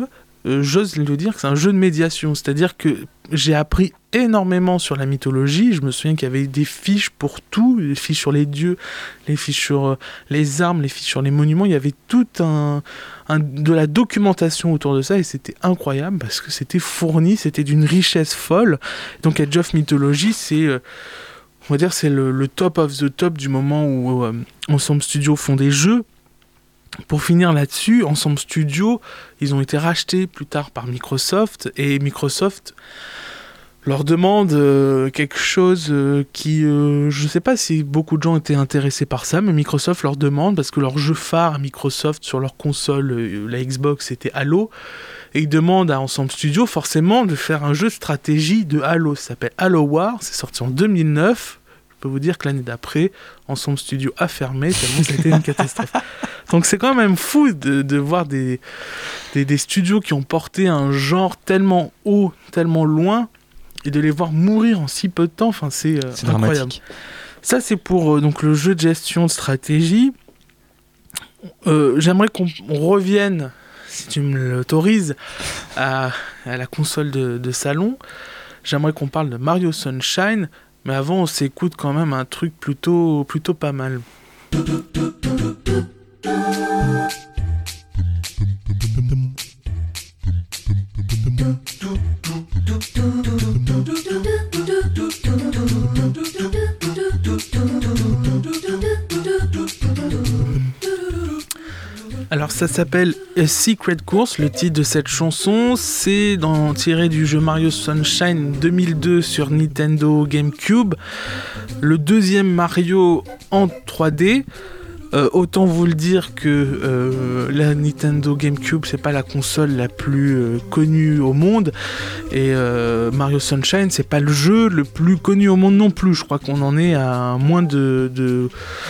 euh, j'ose le dire que c'est un jeu de médiation, c'est-à-dire que j'ai appris énormément sur la mythologie. Je me souviens qu'il y avait des fiches pour tout, les fiches sur les dieux, les fiches sur euh, les armes, les fiches sur les monuments. Il y avait tout un, un de la documentation autour de ça, et c'était incroyable parce que c'était fourni, c'était d'une richesse folle. Donc Age of Mythology, c'est euh, on va dire c'est le, le top of the top du moment où euh, Ensemble Studio font des jeux. Pour finir là-dessus, Ensemble Studio, ils ont été rachetés plus tard par Microsoft, et Microsoft leur demande euh, quelque chose euh, qui, euh, je ne sais pas si beaucoup de gens étaient intéressés par ça, mais Microsoft leur demande, parce que leur jeu phare à Microsoft sur leur console, euh, la Xbox, c'était Halo, et ils demandent à Ensemble Studio forcément de faire un jeu de stratégie de Halo. Ça s'appelle Halo War, c'est sorti en deux mille neuf. Je peux vous dire que l'année d'après, Ensemble Studio a fermé, tellement c'était une catastrophe. Donc c'est quand même fou de, de voir des, des, des studios qui ont porté un genre tellement haut, tellement loin, et de les voir mourir en si peu de temps. Enfin, c'est, euh, c'est incroyable. Dramatique. Ça, c'est pour euh, donc, le jeu de gestion de stratégie. Euh, j'aimerais qu'on on revienne, si tu me l'autorises, à, à la console de, de salon. J'aimerais qu'on parle de Mario Sunshine, mais avant, on s'écoute quand même un truc plutôt, plutôt pas mal. Alors ça s'appelle A Secret Course, le titre de cette chanson, c'est dans, tiré du jeu Mario Sunshine deux mille deux sur Nintendo GameCube, le deuxième Mario en trois D. Euh, autant vous le dire que euh, la Nintendo GameCube, c'est pas la console la plus euh, connue au monde, et euh, Mario Sunshine, c'est pas le jeu le plus connu au monde non plus. Je crois qu'on en est à moins de... de...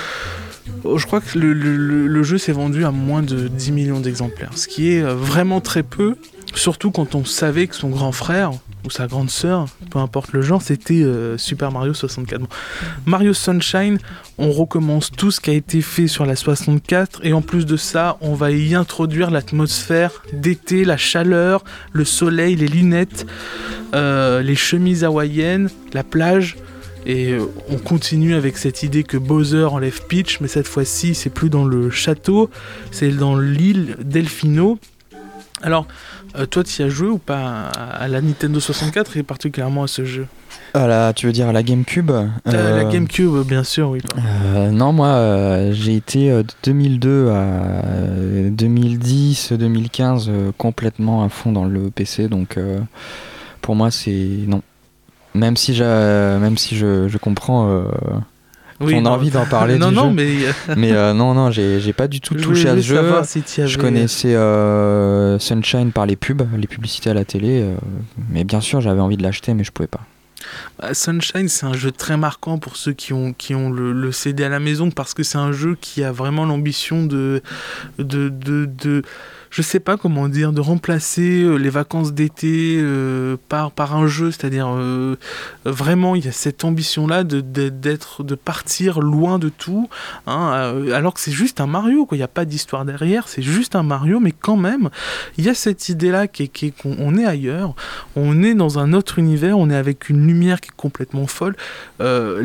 Je crois que le, le, le jeu s'est vendu à moins de dix millions d'exemplaires, ce qui est vraiment très peu, surtout quand on savait que son grand frère ou sa grande sœur, peu importe le genre, c'était euh, Super Mario soixante-quatre. Bon. Mario Sunshine, on recommence tout ce qui a été fait sur la soixante-quatre, et en plus de ça, on va y introduire l'atmosphère d'été, la chaleur, le soleil, les lunettes, euh, les chemises hawaïennes, la plage. Et on continue avec cette idée que Bowser enlève Peach, mais cette fois-ci, c'est plus dans le château, c'est dans l'île Delfino. Alors, euh, toi, tu y as joué ou pas à la Nintendo soixante-quatre et particulièrement à ce jeu ? Ah là, tu veux dire à la GameCube euh, euh, La GameCube, bien sûr, oui. Euh, non, moi, euh, j'ai été de deux mille deux à deux mille dix, deux mille quinze euh, complètement à fond dans le P C, donc euh, pour moi, c'est non. Même si, même si je, je comprends euh, oui, ton non. envie d'en parler non, du non, jeu. Mais, mais euh, non, non, j'ai, j'ai pas du tout je touché à ce jeu. Si avais... Je connaissais euh, Sunshine par les pubs, les publicités à la télé. Euh, mais bien sûr, j'avais envie de l'acheter, mais je pouvais pas. Bah, Sunshine, c'est un jeu très marquant pour ceux qui ont, qui ont le, le C D à la maison, parce que c'est un jeu qui a vraiment l'ambition de... de, de, de je sais pas comment dire, de remplacer euh, les vacances d'été euh, par, par un jeu, c'est-à-dire euh, vraiment il y a cette ambition-là de, de, d'être, de partir loin de tout, hein, euh, alors que c'est juste un Mario, quoi. Il n'y a pas d'histoire derrière, c'est juste un Mario, mais quand même, il y a cette idée-là qui est, qui est, qu'on on est ailleurs, on est dans un autre univers, on est avec une lumière qui est complètement folle, euh,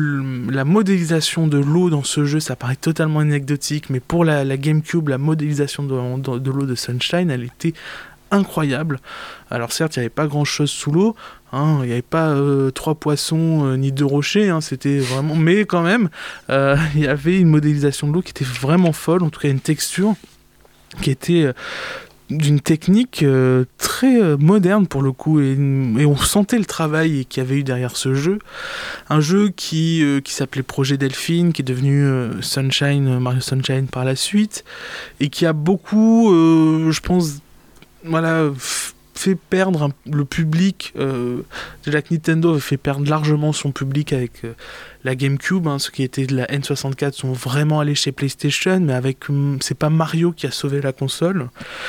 l- la modélisation de l'eau dans ce jeu, ça paraît totalement anecdotique, mais pour la, la GameCube, la modélisation de, de, de l'eau de Sunshine, elle était incroyable. Alors certes, il n'y avait pas grand chose sous l'eau, hein, il n'y avait pas euh, trois poissons euh, ni deux rochers, hein, c'était vraiment, mais quand même euh, il y avait une modélisation de l'eau qui était vraiment folle, en tout cas une texture qui était euh, d'une technique euh, très euh, moderne pour le coup, et, et on sentait le travail qu'il y avait eu derrière ce jeu. Un jeu qui, euh, qui s'appelait Projet Delphine, qui est devenu euh, Sunshine, Mario Sunshine par la suite, et qui a beaucoup, euh, je pense, voilà, f- fait perdre un, le public. Euh, déjà que Nintendo avait fait perdre largement son public avec euh, la GameCube, hein, ceux qui étaient de la N soixante-quatre sont vraiment allés chez PlayStation, mais avec, hum, c'est pas Mario qui a sauvé la console.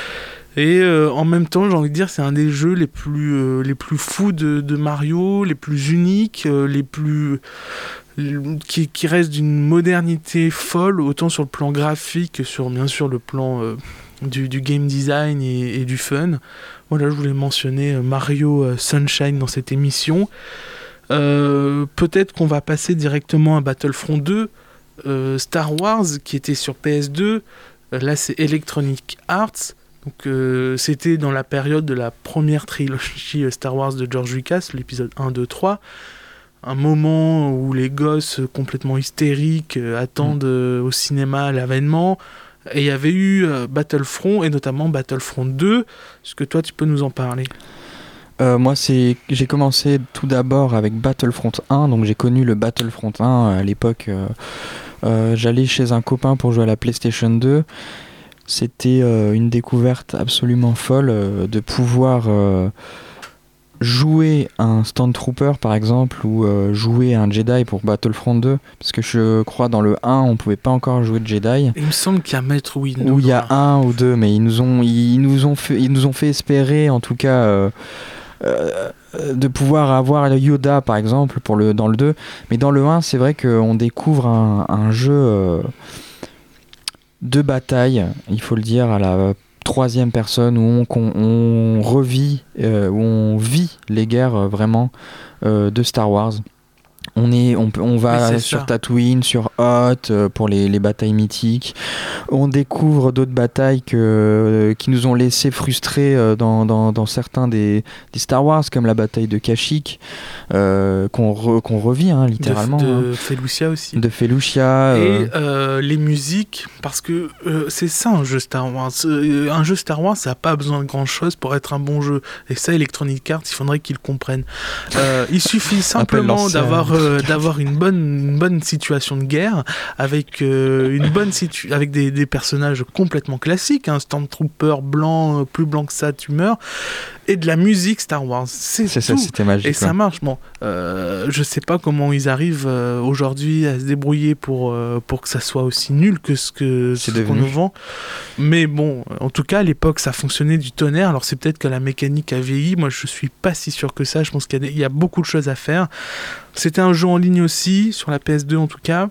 Et euh, en même temps, j'ai envie de dire, c'est un des jeux les plus, euh, les plus fous de, de Mario, les plus uniques, euh, les plus... Qui, qui reste d'une modernité folle, autant sur le plan graphique que sur, bien sûr, le plan... Euh, du, du game design et, et du fun. Voilà, je voulais mentionner Mario Sunshine dans cette émission. Euh, peut-être qu'on va passer directement à Battlefront deux, euh, Star Wars qui était sur P S deux. Euh, là, c'est Electronic Arts. Donc, euh, c'était dans la période de la première trilogie Star Wars de George Lucas, l'épisode un, deux, trois. Un moment où les gosses complètement hystériques euh, attendent euh, au cinéma l'avènement. Et il y avait eu euh, Battlefront, et notamment Battlefront deux. Est-ce que toi, tu peux nous en parler ? Euh, moi, c'est... j'ai commencé tout d'abord avec Battlefront un, donc j'ai connu le Battlefront un à l'époque. Euh, euh, j'allais chez un copain pour jouer à la PlayStation deux. C'était euh, une découverte absolument folle euh, de pouvoir euh, jouer un Stormtrooper par exemple, ou euh, jouer un Jedi pour Battlefront deux, parce que je crois dans le un on pouvait pas encore jouer de Jedi. Il me semble qu'il y a Maître Windu. Ou il y a un ou deux, mais ils nous ont, ils nous ont fait, ils nous ont fait espérer en tout cas euh, euh, de pouvoir avoir Yoda par exemple pour le, dans le deux. Mais dans le un, c'est vrai qu'on découvre un, un jeu euh, de bataille, il faut le dire, à la troisième personne, où on, on, on revit, euh, où on vit les guerres euh, vraiment euh, de Star Wars. On, est, on, on va oui, sur ça. Tatooine, sur Hoth euh, pour les, les batailles mythiques. On découvre d'autres batailles que, euh, qui nous ont laissé frustrés euh, dans, dans, dans certains des, des Star Wars, comme la bataille de Kashyyyk, euh, qu'on, re, qu'on revit hein, littéralement. De, de hein. Felucia aussi. De Felucia. Et euh... euh, les musiques, parce que euh, c'est ça un jeu Star Wars. Euh, un jeu Star Wars, ça n'a pas besoin de grand chose pour être un bon jeu. Et ça, Electronic Arts, il faudrait qu'ils le comprennent. Euh, il suffit simplement d'avoir, euh, d'avoir une bonne, une bonne situation de guerre, avec, euh, une bonne situ- avec des, des personnages complètement classiques, un hein, Stormtrooper blanc, euh, plus blanc que ça, tu meurs, et de la musique Star Wars. C'est, c'est tout. Ça, c'était magique. Et ouais. ça marche. Bon, euh, je sais pas comment ils arrivent euh, aujourd'hui à se débrouiller pour, euh, pour que ça soit aussi nul que ce, que, ce qu'on nous vend. Mais bon, en tout cas, à l'époque, ça fonctionnait du tonnerre. Alors c'est peut-être que la mécanique a vieilli. Moi, je suis pas si sûr que ça. Je pense qu'il y a, des, il y a beaucoup de choses à faire. C'était un jeu en ligne aussi, sur la P S deux en tout cas.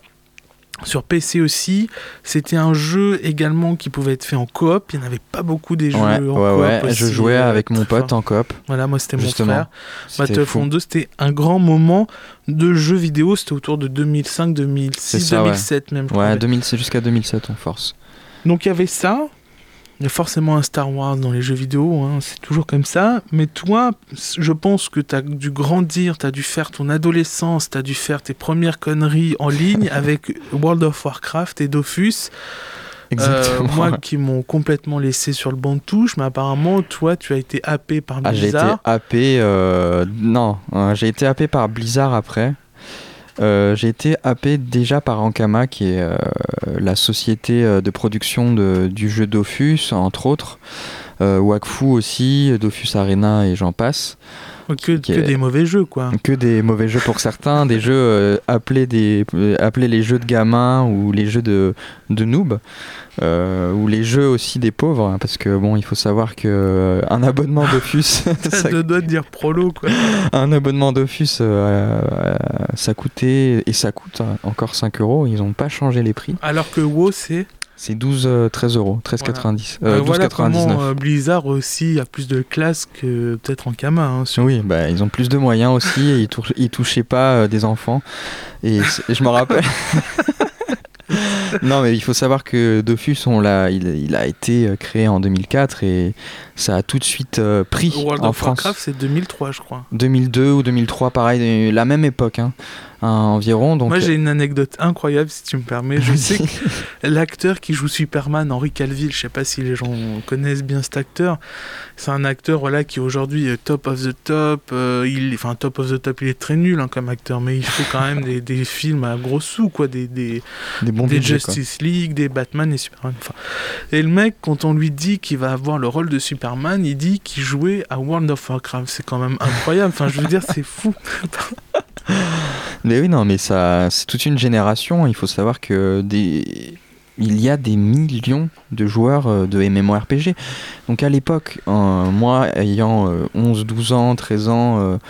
Sur P C aussi, c'était un jeu également qui pouvait être fait en coop. Il n'y en avait pas beaucoup des jeux ouais, en ouais, coop. Ouais. Aussi, je jouais euh, avec mon pote en coop. Voilà, moi c'était Justement. mon frère. C'était Battlefront deux, c'était un grand moment de jeux vidéo. C'était autour de deux mille cinq, deux mille six, ça, deux mille sept ouais. même. Je ouais, deux mille, c'est jusqu'à deux mille sept en force. Donc il y avait ça. Il y a forcément un Star Wars dans les jeux vidéo, hein, c'est toujours comme ça. Mais toi, je pense que tu as dû grandir, tu as dû faire ton adolescence, tu as dû faire tes premières conneries en ligne avec World of Warcraft et Dofus. Exactement. Euh, moi qui m'ont complètement laissé sur le banc de touche, mais apparemment, toi, tu as été happé par Blizzard. Ah, j'ai été happé... Euh... Non, euh, j'ai été happé par Blizzard après. Euh, j'ai été happé déjà par Ankama, qui est euh, la société de production de, du jeu Dofus, entre autres. Euh, Wakfu aussi, Dofus Arena et j'en passe. Que, que est... des mauvais jeux, quoi. Que des mauvais jeux pour certains, des jeux euh, appelés, des, euh, appelés les jeux de gamins ou les jeux de, de noobs. Euh, ou les jeux aussi des pauvres, hein, parce que bon, il faut savoir que euh, un abonnement Dofus, ça doit de dire prolo, quoi. Un abonnement Dofus, euh, euh, ça coûtait et ça coûte hein, encore cinq euros. Ils n'ont pas changé les prix. Alors que WoW, c'est c'est douze, treize euros, treize quatre-vingt-dix. Voilà, Euh, euh, voilà douze quatre-vingt-dix-neuf. comment euh, Blizzard aussi a plus de classe que peut-être Ankama. Hein, sur... Oui, bah, ils ont plus de moyens aussi et ils, tou- ils touchaient pas euh, des enfants. Et, et je me rappelle. Non, mais il faut savoir que Dofus, on l'a, il, il a été créé en deux mille quatre et ça a tout de suite euh, pris World en of France. Warcraft, c'est deux mille trois, je crois. deux mille deux ou deux mille trois, pareil, la même époque, hein, hein, environ. Donc... Moi, j'ai une anecdote incroyable, si tu me permets. Je sais que l'acteur qui joue Superman, Henry Cavill, je sais pas si les gens connaissent bien cet acteur. C'est un acteur, voilà, qui aujourd'hui est top of the top. Euh, il, enfin, top of the top, il est très nul hein, comme acteur, mais il fait quand même des, des films à gros sous, quoi, des des, des, bons des budgets, Justice quoi. League, des Batman et Superman. Enfin, et le mec, quand on lui dit qu'il va avoir le rôle de Superman, il dit qu'il jouait à World of Warcraft. C'est quand même incroyable. Enfin, je veux dire, c'est fou. Mais oui, non, mais ça, c'est toute une génération. Il faut savoir que des... il y a des millions de joueurs de MMORPG. Donc à l'époque, euh, moi ayant euh, onze, douze ans, treize ans, euh,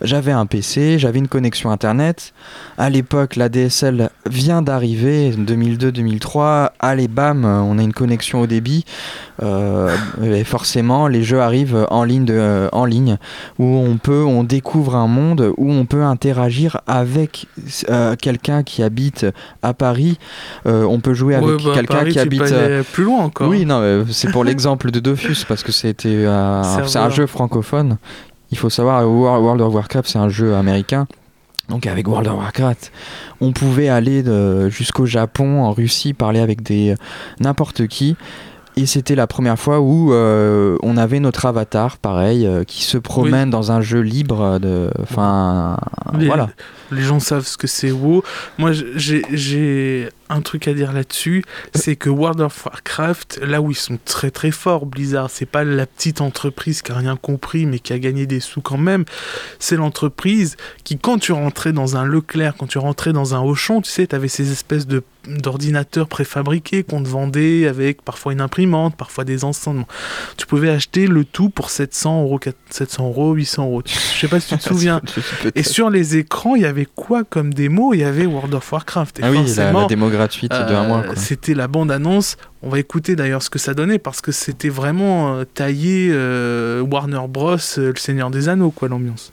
j'avais un P C, j'avais une connexion internet. À l'époque, la D S L vient d'arriver, deux mille deux deux mille trois. Allez, bam, on a une connexion au débit. Euh, et forcément, les jeux arrivent en ligne, de, euh, en ligne, où on peut, on découvre un monde où on peut interagir avec euh, quelqu'un qui habite à Paris. Euh, on peut jouer avec ouais, bah, quelqu'un Paris, qui habite euh, plus loin encore. Oui, non, euh, c'est pour l'exemple de Dofus parce que c'était euh, c'est un jeu francophone. Il faut savoir, World of Warcraft, c'est un jeu américain. Donc avec World of Warcraft, on pouvait aller de, jusqu'au Japon, en Russie, parler avec des n'importe qui. Et c'était la première fois où euh, on avait notre avatar, pareil, euh, qui se promène oui. dans un jeu libre. Enfin, voilà. Les gens savent ce que c'est WoW. Moi, j'ai, j'ai un truc à dire là-dessus, c'est que World of Warcraft, là où ils sont très très forts, Blizzard, c'est pas la petite entreprise qui a rien compris, mais qui a gagné des sous quand même. C'est l'entreprise qui, quand tu rentrais dans un Leclerc, quand tu rentrais dans un Auchan, tu sais, t'avais ces espèces de d'ordinateurs préfabriqués qu'on te vendait avec parfois une imprimante, parfois des enceintes. Tu pouvais acheter le tout pour sept cents euros, sept cents euros, huit cents euros. Je sais pas si tu te souviens. Et sur les écrans, il y avait quoi comme démo ? Il y avait World of Warcraft. Et ah oui, la, la démo gratuite euh, de un mois. Quoi. C'était la bande-annonce. On va écouter d'ailleurs ce que ça donnait parce que c'était vraiment euh, taillé euh, Warner Bros, euh, le Seigneur des Anneaux, quoi, l'ambiance.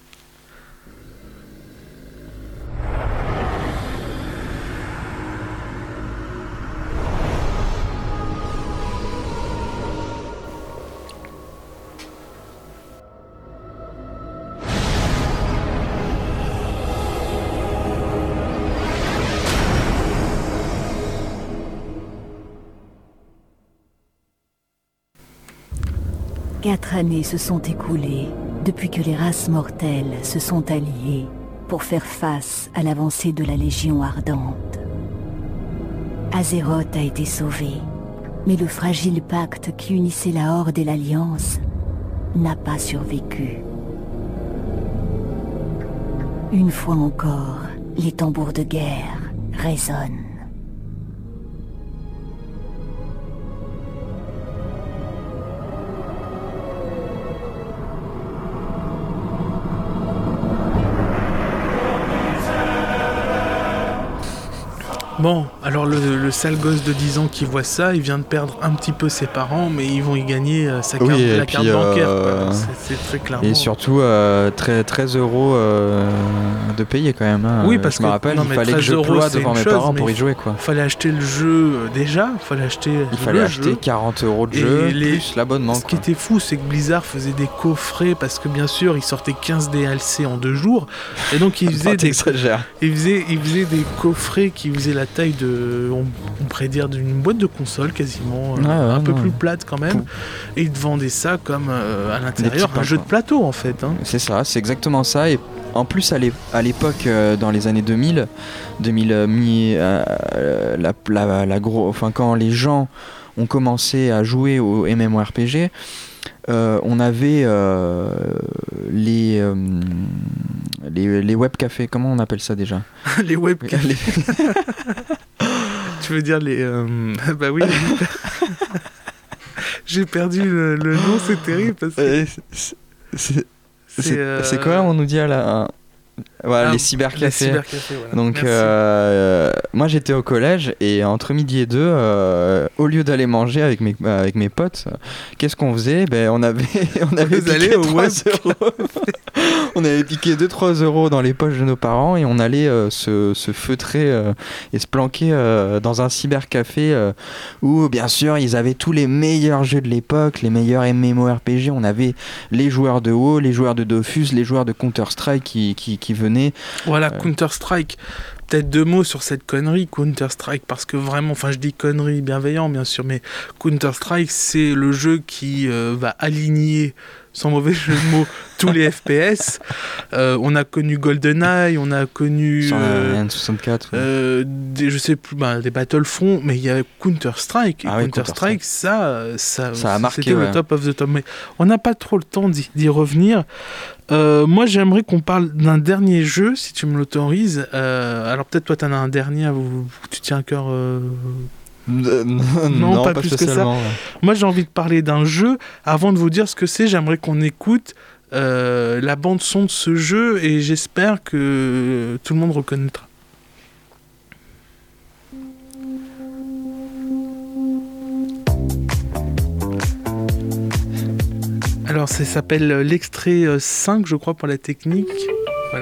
Quatre années se sont écoulées depuis que les races mortelles se sont alliées pour faire face à l'avancée de la Légion Ardente. Azeroth a été sauvé, mais le fragile pacte qui unissait la Horde et l'Alliance n'a pas survécu. Une fois encore, les tambours de guerre résonnent. Bon, alors le, le sale gosse de dix ans qui voit ça, il vient de perdre un petit peu ses parents, mais ils vont y gagner euh, sa carte, oui, la puis, carte bancaire. Euh... C'est, c'est très clairement... Et surtout, euh, treize euros euh, de payer quand même. Hein. Oui, parce je que me rappelle, non, il fallait que je ploie devant mes chose, parents pour y jouer. Il fallait acheter le jeu euh, déjà, il fallait acheter Il fallait le acheter jeu. quarante euros de jeu, les... plus l'abonnement. Ce quoi. qui était fou, c'est que Blizzard faisait des coffrets, parce que bien sûr, ils sortaient quinze D L C en deux jours. Et donc, ils faisaient, des... ils faisaient, ils faisaient des coffrets qui faisaient la taille de... On, on pourrait dire d'une boîte de console quasiment, ouais, euh, ouais, un peu non. plus plate quand même. Et ils te vendaient ça comme euh, à l'intérieur un jeu quoi. de plateau en fait. Hein. C'est ça, c'est exactement ça. Et en plus, à l'époque, euh, dans les années deux mille, deux mille euh, mi, euh, la, la, la gros, enfin, quand les gens ont commencé à jouer au MMORPG, euh, on avait euh, les, euh, les, les web cafés, comment on appelle ça déjà ? Les web cafés. Tu veux dire les... Euh... bah oui. J'ai perdu le, le nom, c'est terrible parce que... C'est, c'est, c'est, euh... c'est quoi on nous dit à la... Voilà, ah, les cybercafés. Les cybercafés, voilà. Donc, euh, moi j'étais au collège et entre midi et deux, euh, au lieu d'aller manger avec mes, avec mes potes, euh, qu'est-ce qu'on faisait ? Ben, on avait, on avait piqué trois euros. On avait piqué deux trois euros dans les poches de nos parents et on allait euh, se, se feutrer euh, et se planquer euh, dans un cybercafé euh, où, bien sûr, ils avaient tous les meilleurs jeux de l'époque, les meilleurs MMORPG. On avait les joueurs de WoW, les joueurs de Dofus, les joueurs de Counter-Strike qui, qui, qui venaient. Voilà, euh... Counter-Strike. Peut-être deux mots sur cette connerie, Counter-Strike, parce que vraiment, enfin je dis connerie bienveillant bien sûr, mais Counter-Strike c'est le jeu qui euh, va aligner, sans mauvais jeu de mots, tous les F P S. Euh, on a connu GoldenEye, on a connu euh, N soixante-quatre, euh, des, je sais plus, bah, des Battlefront, mais il y a Counter-Strike. Ah oui, Counter-Strike, ça, ça, ça a marqué, c'était ouais. le top of the top. Mais on n'a pas trop le temps d'y, d'y revenir. Euh, moi, j'aimerais qu'on parle d'un dernier jeu, si tu me l'autorises. Euh, alors peut-être toi, tu en as un dernier, à vous, tu tiens à cœur. Euh... Euh, non, non, pas, pas plus que ça. Ouais. Moi, j'ai envie de parler d'un jeu. Avant de vous dire ce que c'est, j'aimerais qu'on écoute euh, la bande son de ce jeu et j'espère que tout le monde reconnaîtra. Alors ça s'appelle l'extrait cinq, je crois, pour la technique. Voilà.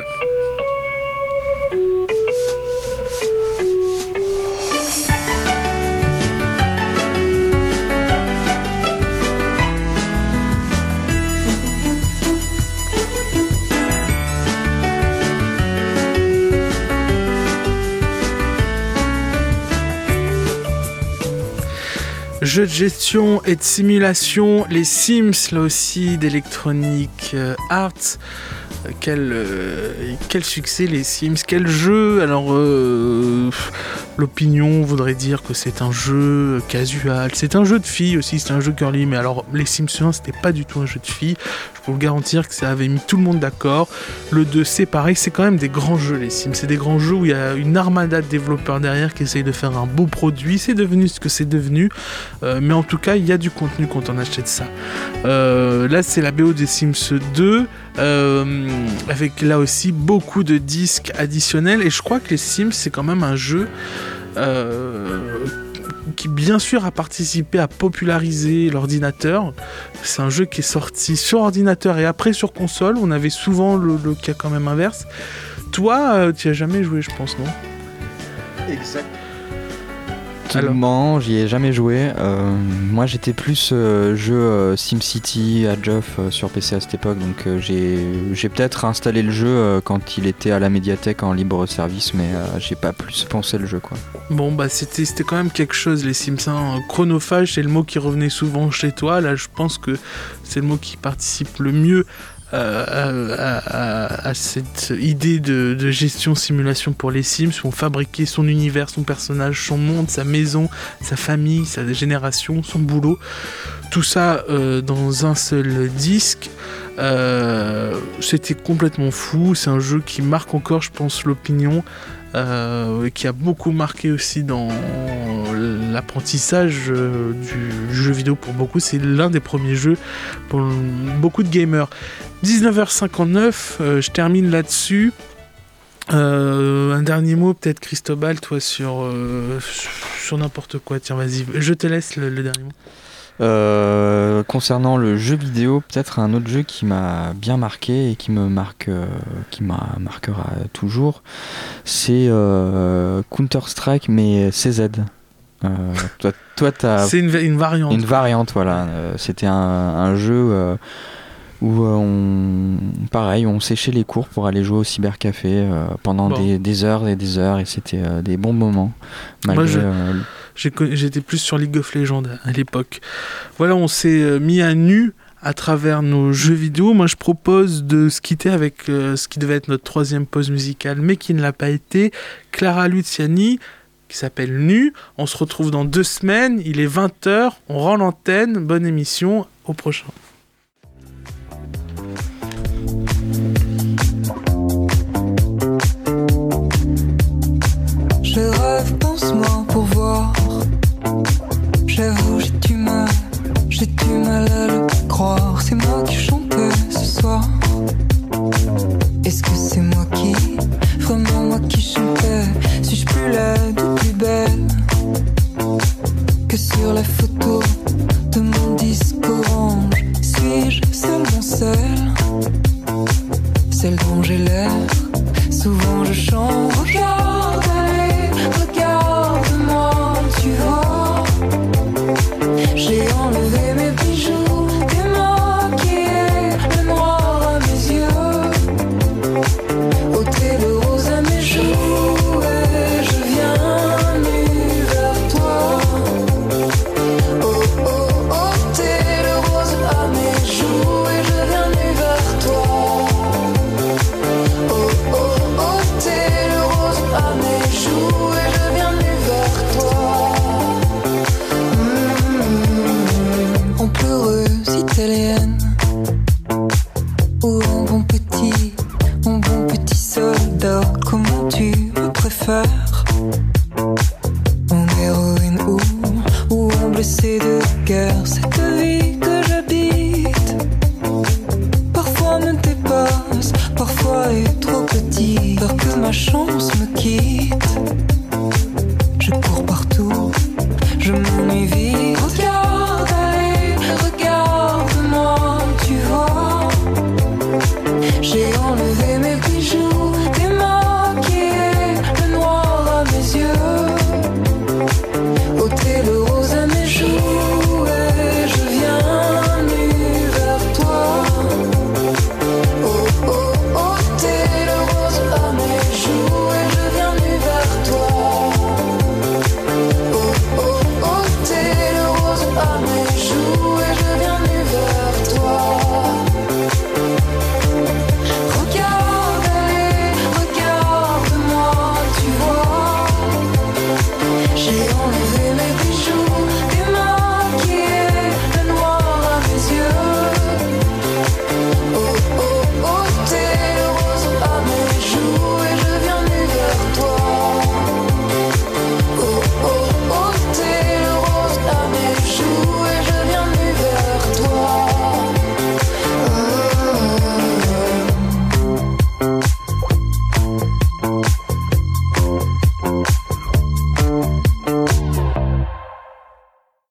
Jeux de gestion et de simulation, les Sims, là aussi, d'Electronic Arts. Quel, euh, quel succès les Sims, quel jeu. Alors euh, l'opinion voudrait dire que c'est un jeu casual, c'est un jeu de filles aussi, c'est un jeu girly, mais alors les Sims un c'était pas du tout un jeu de filles, je peux vous garantir que ça avait mis tout le monde d'accord. Le deux c'est pareil, c'est quand même des grands jeux les Sims, c'est des grands jeux où il y a une armada de développeurs derrière qui essayent de faire un beau produit, c'est devenu ce que c'est devenu, euh, mais en tout cas il y a du contenu quand on achète ça. Euh, là c'est la B O des Sims deux, euh, avec là aussi beaucoup de disques additionnels, et je crois que les Sims c'est quand même un jeu euh, qui bien sûr a participé à populariser l'ordinateur. C'est un jeu qui est sorti sur ordinateur et après sur console. On avait souvent le, le cas quand même inverse. Toi, euh, tu n'y as jamais joué, je pense, non ? Exact. Absolument, j'y ai jamais joué. Euh, moi, j'étais plus euh, jeu euh, SimCity, Age of euh, sur P C à cette époque, donc euh, j'ai, j'ai peut-être installé le jeu euh, quand il était à la médiathèque en libre service, mais euh, j'ai pas plus pensé le jeu, quoi. Bon, bah c'était, c'était quand même quelque chose, les Sims. Hein. Chronophage, c'est le mot qui revenait souvent chez toi. Là, je pense que c'est le mot qui participe le mieux Euh, à, à, à cette idée de, de gestion simulation pour les Sims où on fabriquait son univers, son personnage, son monde, sa maison, sa famille, sa génération, son boulot, tout ça euh, dans un seul disque. Euh, c'était complètement fou, c'est un jeu qui marque encore, je pense, l'opinion, euh, qui a beaucoup marqué aussi dans l'apprentissage euh, du jeu vidéo pour beaucoup. C'est l'un des premiers jeux pour beaucoup de gamers. dix-neuf heures cinquante-neuf, euh, je termine là-dessus. Euh, un dernier mot peut-être, Cristobal, toi, sur, euh, sur n'importe quoi. Tiens, vas-y, je te laisse le, le dernier mot. Euh, concernant le jeu vidéo, peut-être un autre jeu qui m'a bien marqué et qui me marque, euh, qui m'a marquera toujours, c'est euh, Counter-Strike, mais C Z. Euh, toi, toi, t'as c'est une, une variante. Une variante, voilà. Euh, c'était un, un jeu euh, où euh, on, pareil, on séchait les cours pour aller jouer au cybercafé euh, pendant bon. des, des heures et des heures, et c'était euh, des bons moments. Malgré, Moi, je... euh, J'ai, j'étais plus sur League of Legends à l'époque. Voilà, on s'est mis à nu à travers nos jeux vidéo. Moi, je propose de se quitter avec euh, ce qui devait être notre troisième pause musicale, mais qui ne l'a pas été. Clara Luciani, qui s'appelle Nu. On se retrouve dans deux semaines. Il est vingt heures. On rend l'antenne. Bonne émission. Au prochain. Je rêve, pense-moi pour voir. J'avoue, j'ai du mal, j'ai du mal à le croire. C'est moi qui chantais ce soir. Est-ce que c'est moi qui, vraiment moi qui chantais? Suis-je plus laide ou plus belle que sur la photo de mon disque orange? Suis-je seulement celle, celle dont j'ai l'air? Souvent je chante. Regarde, allez, regarde-moi, tu vois. J'ai enlevé mes bijoux, démaquillé le noir à mes yeux, ôté le rose à mes joues, et je viens nu vers toi. Oh oh, ôté le rose à mes joues, et je viens nu vers toi. Oh oh, ôté le rose à mes joues, et je viens nu vers toi. En pleureuse italienne, ou en bon petit, en bon petit soldat, comment tu me préfères? En héroïne ou, ou en blessé de guerre, cette vie que j'habite, parfois quitte.